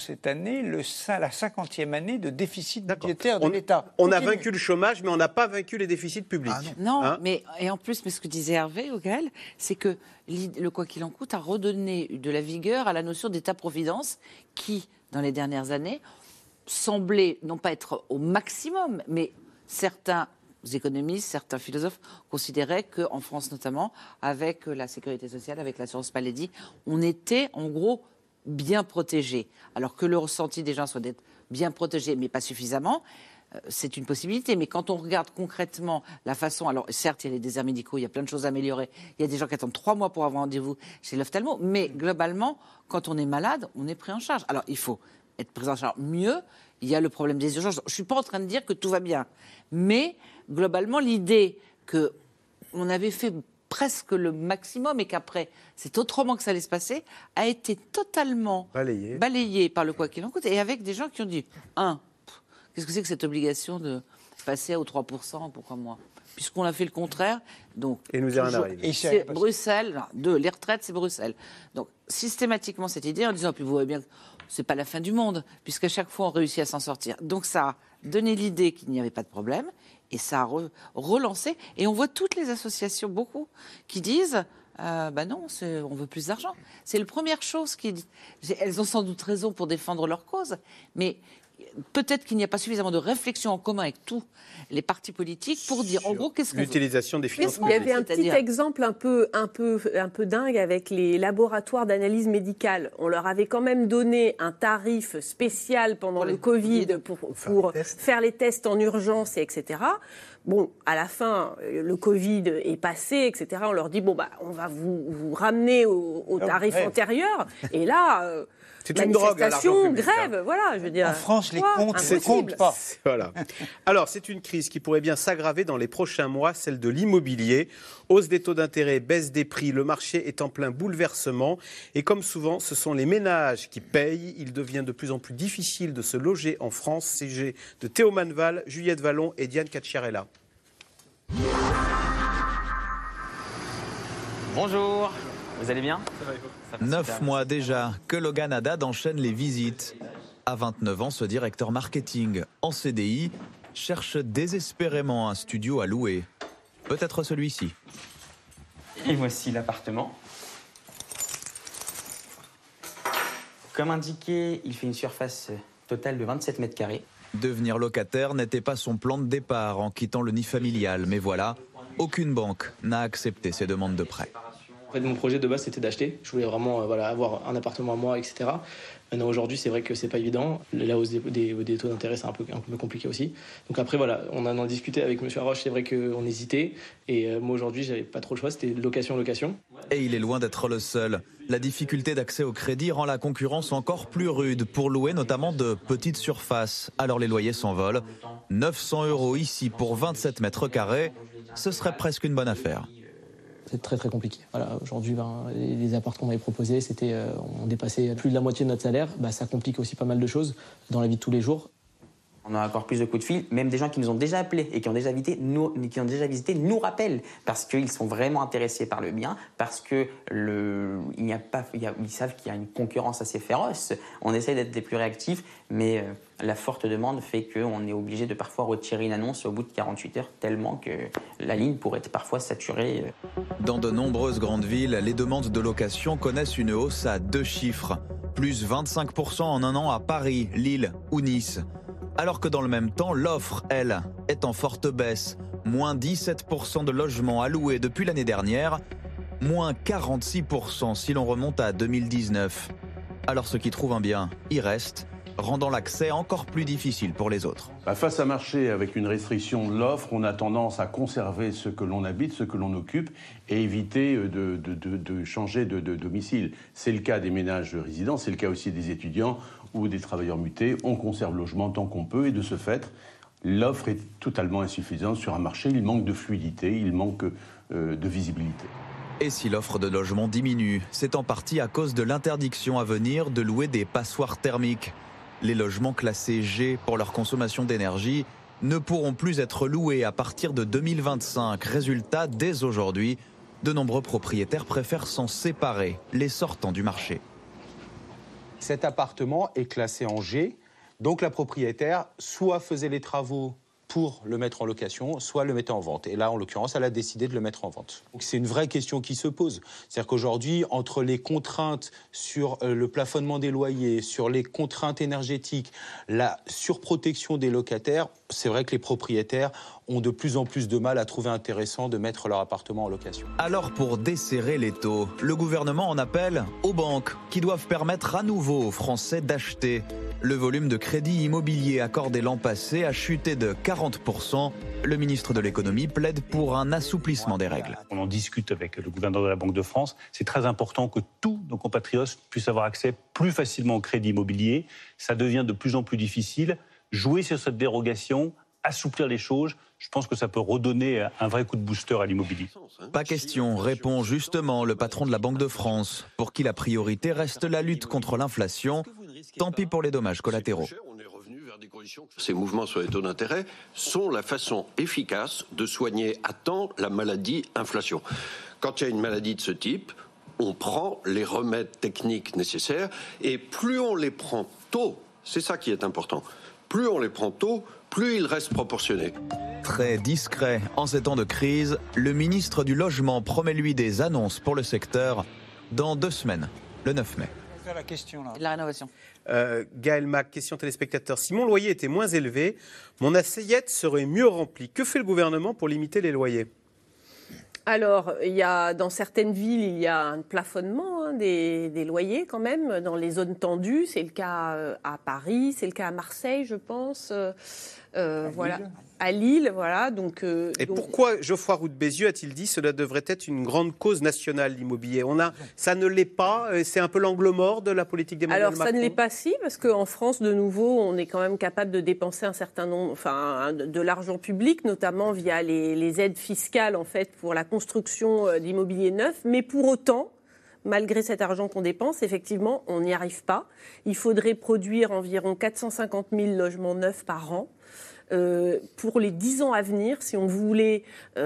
50e année de déficit budgétaire de l'État. On a vaincu le chômage, mais on n'a pas vaincu les déficits publics. Non, mais en plus, ce que disait Hervé, Gaël, c'est que le quoi qu'il en coûte a redonné de la vigueur à la notion d'État-providence qui, dans les dernières années, semblait non pas être au maximum, mais certains économistes, certains philosophes considéraient qu'en France notamment, avec la sécurité sociale, avec l'assurance maladie, on était en gros bien protégés. Alors que le ressenti des gens soit d'être bien protégés, mais pas suffisamment, c'est une possibilité. Mais quand on regarde concrètement la façon... Alors certes, il y a les déserts médicaux, il y a plein de choses à améliorer. Il y a des gens qui attendent 3 mois pour avoir un rendez-vous chez l'ophtalmo. Mais globalement, quand on est malade, on est pris en charge. Alors il faut être pris en charge mieux. Il y a le problème des urgences. Je ne suis pas en train de dire que tout va bien. Mais globalement, l'idée qu'on avait fait presque le maximum et qu'après, c'est autrement que ça allait se passer, a été totalement balayée par le quoi qu'il en coûte. Et avec des gens qui ont dit, qu'est-ce que c'est que cette obligation de passer aux 3%, pourquoi moi ? Puisqu'on a fait le contraire. Donc, et nous est rien arrivé. C'est Bruxelles. Les retraites, c'est Bruxelles. Donc, systématiquement, cette idée en disant, puis vous voyez bien, c'est pas la fin du monde, puisqu'à chaque fois, on réussit à s'en sortir. Donc, ça a donné l'idée qu'il n'y avait pas de problème, et ça a relancé. Et on voit toutes les associations, beaucoup, qui disent, non, on veut plus d'argent. C'est la première chose elles ont sans doute raison pour défendre leur cause, mais peut-être qu'il n'y a pas suffisamment de réflexion en commun avec tous les partis politiques pour dire en gros qu'est-ce qu'on veut. L'utilisation des finances publiques. Il y avait un petit exemple un peu dingue avec les laboratoires d'analyse médicale. On leur avait quand même donné un tarif spécial pendant le Covid pour faire les tests en urgence, etc. Bon, à la fin, le Covid est passé, etc. On leur dit, on va vous ramener au tarif antérieur. Et là... c'est une drogue à l'argent public, grève, voilà, je veux dire. En France, les comptes ne comptent pas. Voilà. Alors, c'est une crise qui pourrait bien s'aggraver dans les prochains mois, celle de l'immobilier. Hausse des taux d'intérêt, baisse des prix, le marché est en plein bouleversement. Et comme souvent, ce sont les ménages qui payent. Il devient de plus en plus difficile de se loger en France. CG de Théo Manval, Juliette Vallon et Diane Cacciarella. Bonjour, vous allez bien ? 9 mois déjà que Logan Haddad enchaîne les visites. À 29 ans, ce directeur marketing en CDI cherche désespérément un studio à louer. Peut-être celui-ci. Et voici l'appartement. Comme indiqué, il fait une surface totale de 27 mètres carrés. Devenir locataire n'était pas son plan de départ en quittant le nid familial. Mais voilà, aucune banque n'a accepté ses demandes de prêt. En fait, mon projet de base, c'était d'acheter. Je voulais vraiment avoir un appartement à moi, etc. Maintenant, aujourd'hui, c'est vrai que c'est pas évident. La hausse des taux d'intérêt, c'est un peu compliqué aussi. Donc après, voilà, on en a discuté avec M. Haroche. C'est vrai qu'on hésitait. Et moi, aujourd'hui, j'avais pas trop le choix. C'était location. Et il est loin d'être le seul. La difficulté d'accès au crédit rend la concurrence encore plus rude pour louer notamment de petites surfaces. Alors les loyers s'envolent. 900 € ici pour 27 mètres carrés, ce serait presque une bonne affaire. C'est très très compliqué. Voilà, aujourd'hui, les apparts qu'on m'avait proposés, on dépassait plus de la moitié de notre salaire. Ça complique aussi pas mal de choses dans la vie de tous les jours. On a encore plus de coups de fil. Même des gens qui nous ont déjà appelés et qui ont déjà visité nous rappellent parce qu'ils sont vraiment intéressés par le bien, parce que ils savent qu'il y a une concurrence assez féroce. On essaie d'être des plus réactifs, mais la forte demande fait qu'on est obligé de parfois retirer une annonce au bout de 48 heures, tellement que la ligne pourrait être parfois saturée. Dans de nombreuses grandes villes, les demandes de location connaissent une hausse à 2 chiffres. Plus 25% en un an à Paris, Lille ou Nice. Alors que dans le même temps, l'offre, elle, est en forte baisse. Moins 17% de logements alloués depuis l'année dernière, moins 46% si l'on remonte à 2019. Alors ceux qui trouvent un bien y restent, rendant l'accès encore plus difficile pour les autres. Face à un marché avec une restriction de l'offre, on a tendance à conserver ce que l'on habite, ce que l'on occupe, et éviter de changer de domicile. C'est le cas des ménages résidents, c'est le cas aussi des étudiants ou des travailleurs mutés. On conserve le logement tant qu'on peut, et de ce fait, l'offre est totalement insuffisante sur un marché. Il manque de fluidité, il manque de visibilité. Et si l'offre de logement diminue, c'est en partie à cause de l'interdiction à venir de louer des passoires thermiques. Les logements classés G pour leur consommation d'énergie ne pourront plus être loués à partir de 2025. Résultat, dès aujourd'hui, de nombreux propriétaires préfèrent s'en séparer, les sortant du marché. Cet appartement est classé en G, donc la propriétaire soit faisait les travaux pour le mettre en location, soit le mettait en vente. Et là, en l'occurrence, elle a décidé de le mettre en vente. Donc c'est une vraie question qui se pose. C'est-à-dire qu'aujourd'hui, entre les contraintes sur le plafonnement des loyers, sur les contraintes énergétiques, la surprotection des locataires, c'est vrai que les propriétaires ont de plus en plus de mal à trouver intéressant de mettre leur appartement en location. Alors pour desserrer les taux, le gouvernement en appelle aux banques qui doivent permettre à nouveau aux Français d'acheter. Le volume de crédit immobilier accordé l'an passé a chuté de 40%. Le ministre de l'économie plaide pour un assouplissement des règles. On en discute avec le gouverneur de la Banque de France. C'est très important que tous nos compatriotes puissent avoir accès plus facilement au crédit immobilier. Ça devient de plus en plus difficile. Jouer sur cette dérogation, assouplir les choses, je pense que ça peut redonner un vrai coup de booster à l'immobilier. Pas question, répond justement le patron de la Banque de France, pour qui la priorité reste la lutte contre l'inflation. Tant pis pour les dommages collatéraux. Ces mouvements sur les taux d'intérêt sont la façon efficace de soigner à temps la maladie inflation. Quand il y a une maladie de ce type, on prend les remèdes techniques nécessaires et plus on les prend tôt, c'est ça qui est important, plus on les prend tôt, plus ils restent proportionnés. Très discret en ces temps de crise, le ministre du Logement promet lui des annonces pour le secteur dans 2 semaines, le 9 mai. faire la question là. Et de la rénovation. Gaël Mac, question téléspectateur. Si mon loyer était moins élevé, mon assiette serait mieux remplie. Que fait le gouvernement pour limiter les loyers ? Alors, dans certaines villes, il y a un plafonnement des loyers quand même, dans les zones tendues. C'est le cas à Paris, c'est le cas à Marseille, je pense. Voilà. À Lille, voilà. Pourquoi Geoffroy Roux de Bézieux a-t-il dit cela devrait être une grande cause nationale, l'immobilier ? Ça ne l'est pas. C'est un peu l'angle mort de la politique d'Emmanuel Macron. Alors, ça ne l'est pas si, parce qu'en France, de nouveau, on est quand même capable de dépenser un certain nombre, de l'argent public, notamment via les aides fiscales, en fait, pour la construction d'immobilier neuf. Mais pour autant, malgré cet argent qu'on dépense, effectivement, on n'y arrive pas. Il faudrait produire environ 450 000 logements neufs par an. Pour les 10 ans à venir, si on voulait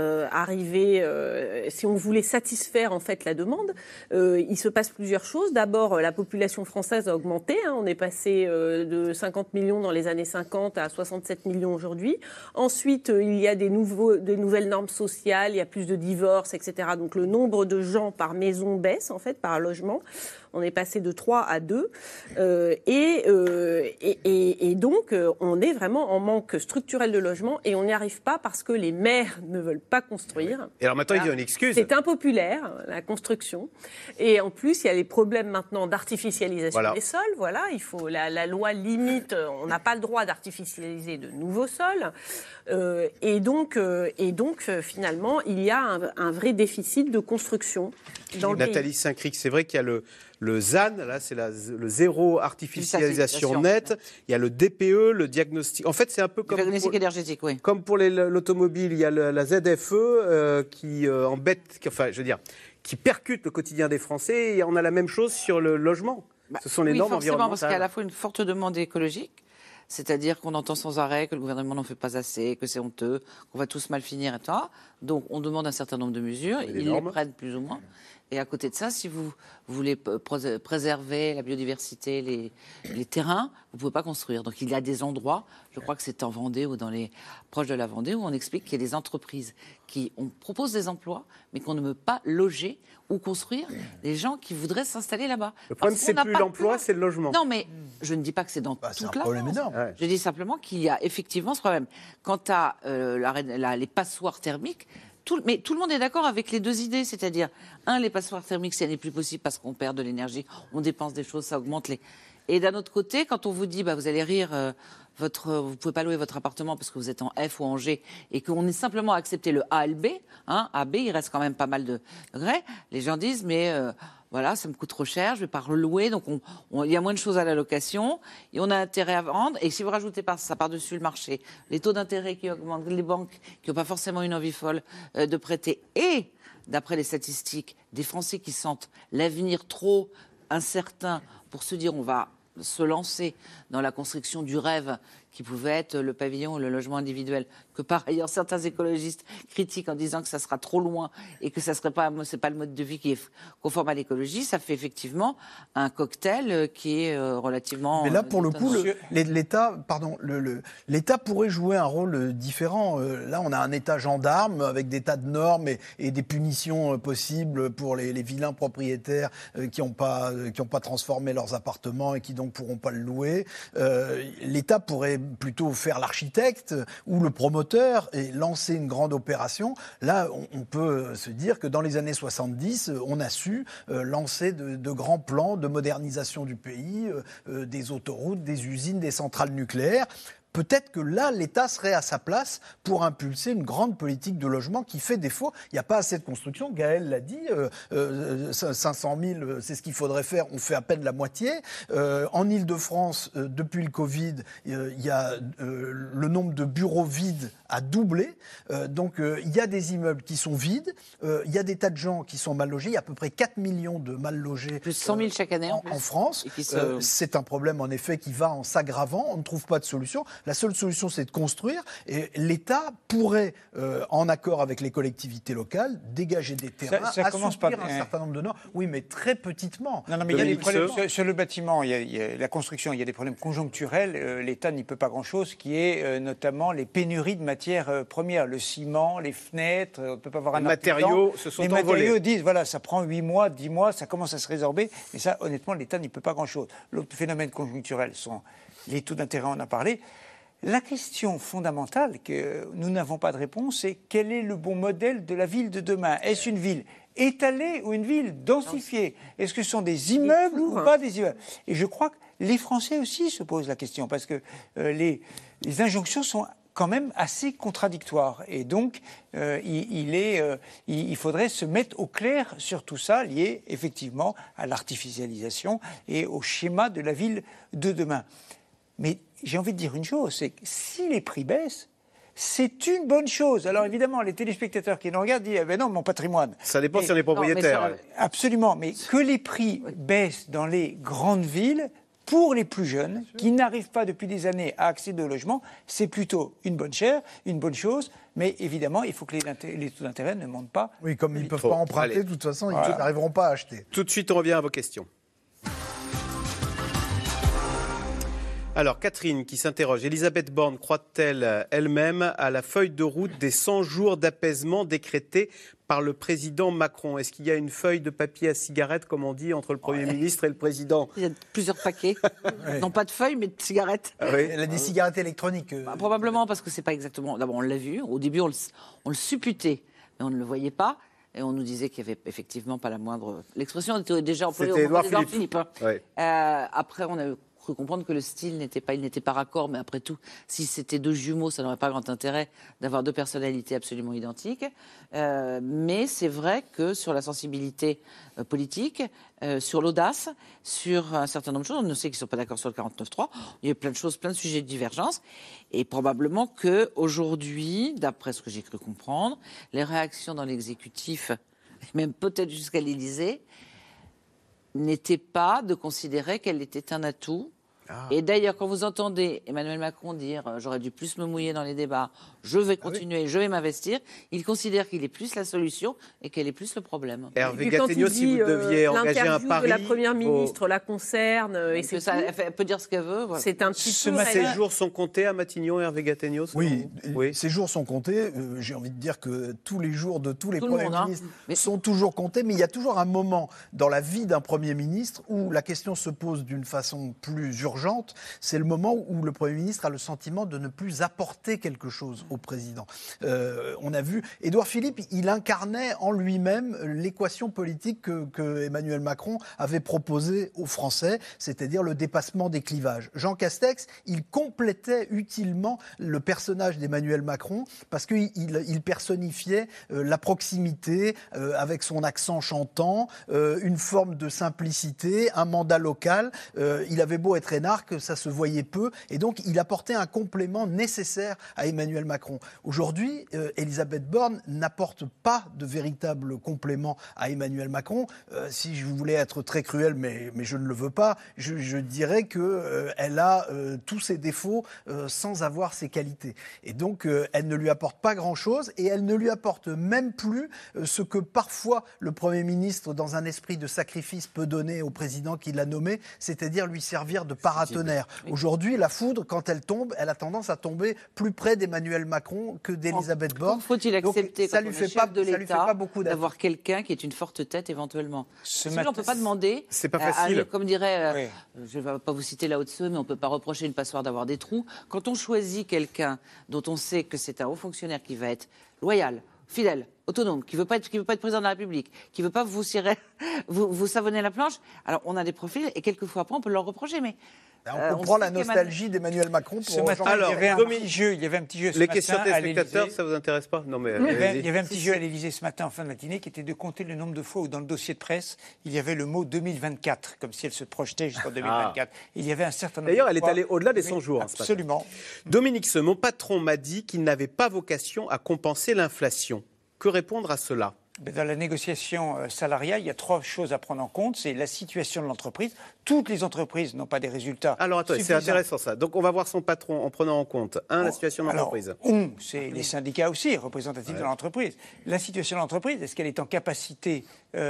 si on voulait satisfaire en fait la demande, il se passe plusieurs choses. D'abord, la population française a augmenté. On est passé de 50 millions dans les années 50 à 67 millions aujourd'hui. Ensuite, il y a des nouvelles normes sociales, il y a plus de divorces, etc. Donc le nombre de gens par maison baisse en fait, par logement. On est passé de 3 à 2. Et donc, on est vraiment en manque structurel de logement et on n'y arrive pas parce que les maires ne veulent pas construire. Et alors maintenant, il y a une excuse. C'est impopulaire, la construction. Et en plus, il y a les problèmes maintenant d'artificialisation des sols. Voilà, la loi limite, on n'a pas le droit d'artificialiser de nouveaux sols. Et donc, finalement, il y a un vrai déficit de construction dans le pays. Nathalie Saint-Cric, c'est vrai qu'il y a le ZAN, là c'est le zéro artificialisation nette, il y a le DPE, le diagnostic. En fait, c'est un peu comme diagnostic énergétique, oui. Comme pour l'automobile, il y a la ZFE qui embête, qui percute le quotidien des Français, et on a la même chose sur le logement. Ce sont les normes environnementales. Parce qu'il y a à la fois une forte demande écologique, c'est-à-dire qu'on entend sans arrêt que le gouvernement n'en fait pas assez, que c'est honteux, qu'on va tous mal finir, etc. Donc on demande un certain nombre de mesures, ils les prennent plus ou moins. Et à côté de ça, si vous voulez préserver la biodiversité, les terrains, vous ne pouvez pas construire. Donc il y a des endroits, je crois que c'est en Vendée ou proche de la Vendée, où on explique qu'il y a des entreprises on propose des emplois, mais qu'on ne peut pas loger ou construire des gens qui voudraient s'installer là-bas. Le problème, c'est plus l'emploi, c'est le logement. Non, mais je ne dis pas que c'est dans toute la France. C'est un problème énorme. Je dis simplement qu'il y a effectivement ce problème. Quant à les passoires thermiques, mais tout le monde est d'accord avec les deux idées, c'est-à-dire, les passoires thermiques, ça n'est plus possible parce qu'on perd de l'énergie, on dépense des choses, ça augmente les... Et d'un autre côté, quand on vous dit, vous allez rire, vous ne pouvez pas louer votre appartement parce que vous êtes en F ou en G, et qu'on est simplement accepté le A et le B, A, B, il reste quand même pas mal de degrés, les gens disent, mais... voilà, ça me coûte trop cher, je ne vais pas relouer, donc il y a moins de choses à la location, et on a intérêt à vendre. Et si vous rajoutez ça par-dessus le marché, les taux d'intérêt qui augmentent, les banques qui n'ont pas forcément une envie folle de prêter, et, d'après les statistiques, des Français qui sentent l'avenir trop incertain pour se dire on va se lancer dans la construction du rêve qui pouvait être le pavillon ou le logement individuel, que par ailleurs certains écologistes critiquent en disant que ça sera trop loin et que c'est pas le mode de vie qui est conforme à l'écologie, ça fait effectivement un cocktail qui est relativement... Mais là, pour le coup, l'État pourrait jouer un rôle différent. Là, on a un État gendarme avec des tas de normes et des punitions possibles pour les vilains propriétaires qui n'ont pas transformé leurs appartements et qui donc pourront pas le louer. L'État pourrait plutôt faire l'architecte ou le promoteur et lancer une grande opération. Là, on peut se dire que dans les années 70, on a su lancer de grands plans de modernisation du pays, des autoroutes, des usines, des centrales nucléaires. Peut-être que là, l'État serait à sa place pour impulser une grande politique de logement qui fait défaut. Il n'y a pas assez de construction. Gaël l'a dit, 500 000, c'est ce qu'il faudrait faire. On fait à peine la moitié. En Ile-de-France, depuis le Covid, il y a le nombre de bureaux vides a doublé. Donc, il y a des immeubles qui sont vides. Il y a des tas de gens qui sont mal logés. Il y a à peu près 4 millions de mal logés. Plus 100 000 chaque année en France. C'est un problème, en effet, qui va en s'aggravant. On ne trouve pas de solution. La seule solution, c'est de construire. Et l'État pourrait, en accord avec les collectivités locales, dégager des terrains, assouplir un certain nombre de normes. Oui, mais très petitement. Non, mais il y a des problèmes sur le bâtiment, il y a la construction, il y a des problèmes conjoncturels. L'État n'y peut pas grand-chose, qui est notamment les pénuries de matières matières premières, le ciment, les fenêtres, on ne peut pas avoir un Les matériaux se sont envolés. Les matériaux disent, voilà, ça prend 8 mois, 10 mois, ça commence à se résorber, mais ça, honnêtement, l'État n'y peut pas grand-chose. L'autre phénomène conjoncturel sont les taux d'intérêt, on en a parlé. La question fondamentale que nous n'avons pas de réponse, c'est quel est le bon modèle de la ville de demain? Est-ce une ville étalée ou une ville densifiée? Est-ce que ce sont des immeubles ou pas des immeubles? Et je crois que les Français aussi se posent la question, parce que les injonctions sont quand même assez contradictoires. Et donc, il faudrait se mettre au clair sur tout ça, lié effectivement à l'artificialisation et au schéma de la ville de demain. Mais j'ai envie de dire une chose, c'est que si les prix baissent, c'est une bonne chose. Alors évidemment, les téléspectateurs qui nous regardent disent non, mon patrimoine. Ça dépend si on est propriétaire. Absolument, mais que les prix baissent dans les grandes villes, pour les plus jeunes, qui n'arrivent pas depuis des années à accéder au logement, c'est plutôt une bonne chose. Mais évidemment, il faut que les taux d'intérêt ne montent pas. Oui, comme ils ne peuvent pas emprunter, de toute façon, ils n'arriveront pas à acheter. Tout de suite, on revient à vos questions. Alors, Catherine qui s'interroge. Elisabeth Borne croit-elle elle-même à la feuille de route des 100 jours d'apaisement décrétés par le président Macron? Est-ce qu'il y a une feuille de papier à cigarette, comme on dit, entre le Premier ministre et le président? Il y a plusieurs paquets. Non, pas de feuilles, mais de cigarettes. Ah oui. Elle a des cigarettes électroniques. Probablement parce que c'est pas exactement... D'abord, on l'a vu. Au début, on le supputait, mais on ne le voyait pas. Et on nous disait qu'il n'y avait effectivement pas la moindre... L'expression était déjà employée au moment d'Édouard Philippe. Oui. Après, on a cru comprendre que le style n'était pas raccord, mais après tout, si c'était deux jumeaux, ça n'aurait pas grand intérêt d'avoir deux personnalités absolument identiques. Mais c'est vrai que sur la sensibilité politique, sur l'audace, sur un certain nombre de choses, on ne sait qu'ils ne sont pas d'accord sur le 49.3, il y a plein de choses, plein de sujets de divergence, et probablement qu'aujourd'hui, d'après ce que j'ai cru comprendre, les réactions dans l'exécutif, même peut-être jusqu'à l'Élysée, n'était pas de considérer qu'elle était un atout. Et d'ailleurs, quand vous entendez Emmanuel Macron dire « j'aurais dû plus me mouiller dans les débats, je vais continuer, je vais m'investir », il considère qu'il est plus la solution et qu'elle est plus le problème. Hervé Gattegno, si vous deviez engager un pari... L'interview de la Première ministre la concerne, et c'est tout. Elle peut dire ce qu'elle veut. Voilà. C'est un petit peu... Ces jours sont comptés à Matignon, Hervé Gattegno? Oui, ces jours sont comptés. J'ai envie de dire que tous les jours de tous les premiers ministres sont toujours comptés, mais il y a toujours un moment dans la vie d'un Premier ministre où la question se pose d'une façon plus urgente. C'est le moment où le Premier ministre a le sentiment de ne plus apporter quelque chose au président. On a vu, Édouard Philippe, il incarnait en lui-même l'équation politique que Emmanuel Macron avait proposée aux Français, c'est-à-dire le dépassement des clivages. Jean Castex, il complétait utilement le personnage d'Emmanuel Macron parce qu'il personnifiait la proximité avec son accent chantant, une forme de simplicité, un mandat local. Il avait beau être énarque, que ça se voyait peu, et donc il apportait un complément nécessaire à Emmanuel Macron. Aujourd'hui, Elisabeth Borne n'apporte pas de véritable complément à Emmanuel Macron. Si je voulais être très cruel, mais je ne le veux pas, je dirais qu'elle a tous ses défauts sans avoir ses qualités. Et donc, elle ne lui apporte pas grand-chose, et elle ne lui apporte même plus ce que parfois le Premier ministre, dans un esprit de sacrifice, peut donner au président qui l'a nommé, c'est-à-dire lui servir de paratonnerre. Aujourd'hui, la foudre, quand elle tombe, elle a tendance à tomber plus près d'Emmanuel Macron que d'Elisabeth Borne. Faut-il accepter, ça lui fait pas beaucoup d'avoir quelqu'un qui est une forte tête éventuellement? On ne peut pas demander. C'est pas facile. Comme dirait, je ne vais pas vous citer Lao Tse, mais on ne peut pas reprocher une passoire d'avoir des trous. Quand on choisit quelqu'un dont on sait que c'est un haut fonctionnaire qui va être loyal, fidèle, autonome, qui veut pas être président de la République, qui veut pas vous savonner la planche. Alors on a des profils et quelquefois après on peut leur reprocher, mais on comprend la nostalgie d'Emmanuel Macron pour ce matin. Alors, il y avait un petit jeu. Les questions des spectateurs, ça vous intéresse pas? Non, mais il y avait un petit jeu à l'Élysée ce matin en fin de matinée qui était de compter le nombre de fois où dans le dossier de presse il y avait le mot 2024, comme si elle se projetait jusqu'en 2024. Il y avait un certain nombre. D'ailleurs, elle est allée au-delà des 100 jours. Absolument. Dominique Seux, mon patron m'a dit qu'il n'avait pas vocation à compenser l'inflation. Que répondre à cela? Dans la négociation salariale, il y a trois choses à prendre en compte. C'est la situation de l'entreprise. Toutes les entreprises n'ont pas des résultats. Alors attendez, c'est intéressant ça. Donc on va voir son patron en prenant en compte, la situation de l'entreprise. C'est les syndicats aussi, représentatifs de l'entreprise. La situation de l'entreprise, est-ce qu'elle est en capacité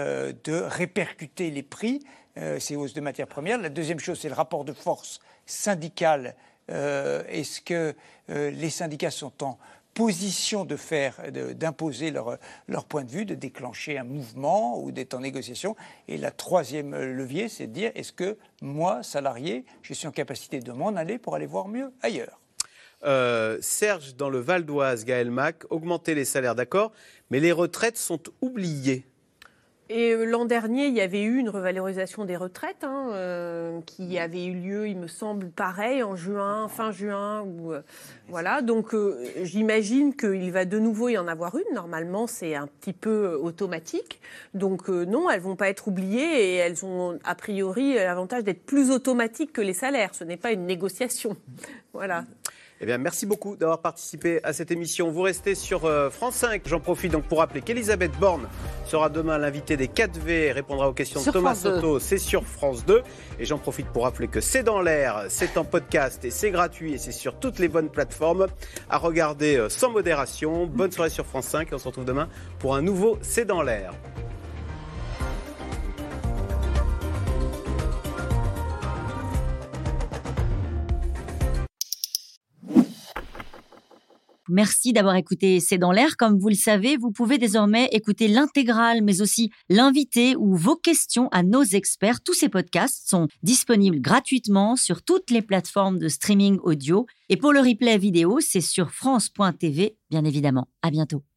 de répercuter les prix, ces hausses de matières premières? La deuxième chose, c'est le rapport de force syndicale. Est-ce que les syndicats sont en position d'imposer leur point de vue, de déclencher un mouvement ou d'être en négociation. Et la troisième levier, c'est de dire, est-ce que moi, salarié, je suis en capacité de m'en aller pour aller voir mieux ailleurs ? Serge, dans le Val d'Oise, Gaël Mac, augmenter les salaires, d'accord, mais les retraites sont oubliées. Et l'an dernier, il y avait eu une revalorisation des retraites qui avait eu lieu, il me semble, pareil, en juin, fin juin. Voilà, donc j'imagine qu'il va de nouveau y en avoir une. Normalement, c'est un petit peu automatique. Donc non, elles ne vont pas être oubliées et elles ont a priori l'avantage d'être plus automatiques que les salaires. Ce n'est pas une négociation. Voilà. Eh bien, merci beaucoup d'avoir participé à cette émission. Vous restez sur France 5. J'en profite donc pour rappeler qu'Elisabeth Borne sera demain l'invitée des 4V, répondra aux questions de Thomas Soto. C'est sur France 2. Et j'en profite pour rappeler que C'est dans l'air, c'est en podcast et c'est gratuit et c'est sur toutes les bonnes plateformes à regarder sans modération. Bonne soirée sur France 5 et on se retrouve demain pour un nouveau C'est dans l'air. Merci d'avoir écouté C'est dans l'air. Comme vous le savez, vous pouvez désormais écouter l'intégrale, mais aussi l'invité ou vos questions à nos experts. Tous ces podcasts sont disponibles gratuitement sur toutes les plateformes de streaming audio. Et pour le replay vidéo, c'est sur France.tv, bien évidemment. À bientôt.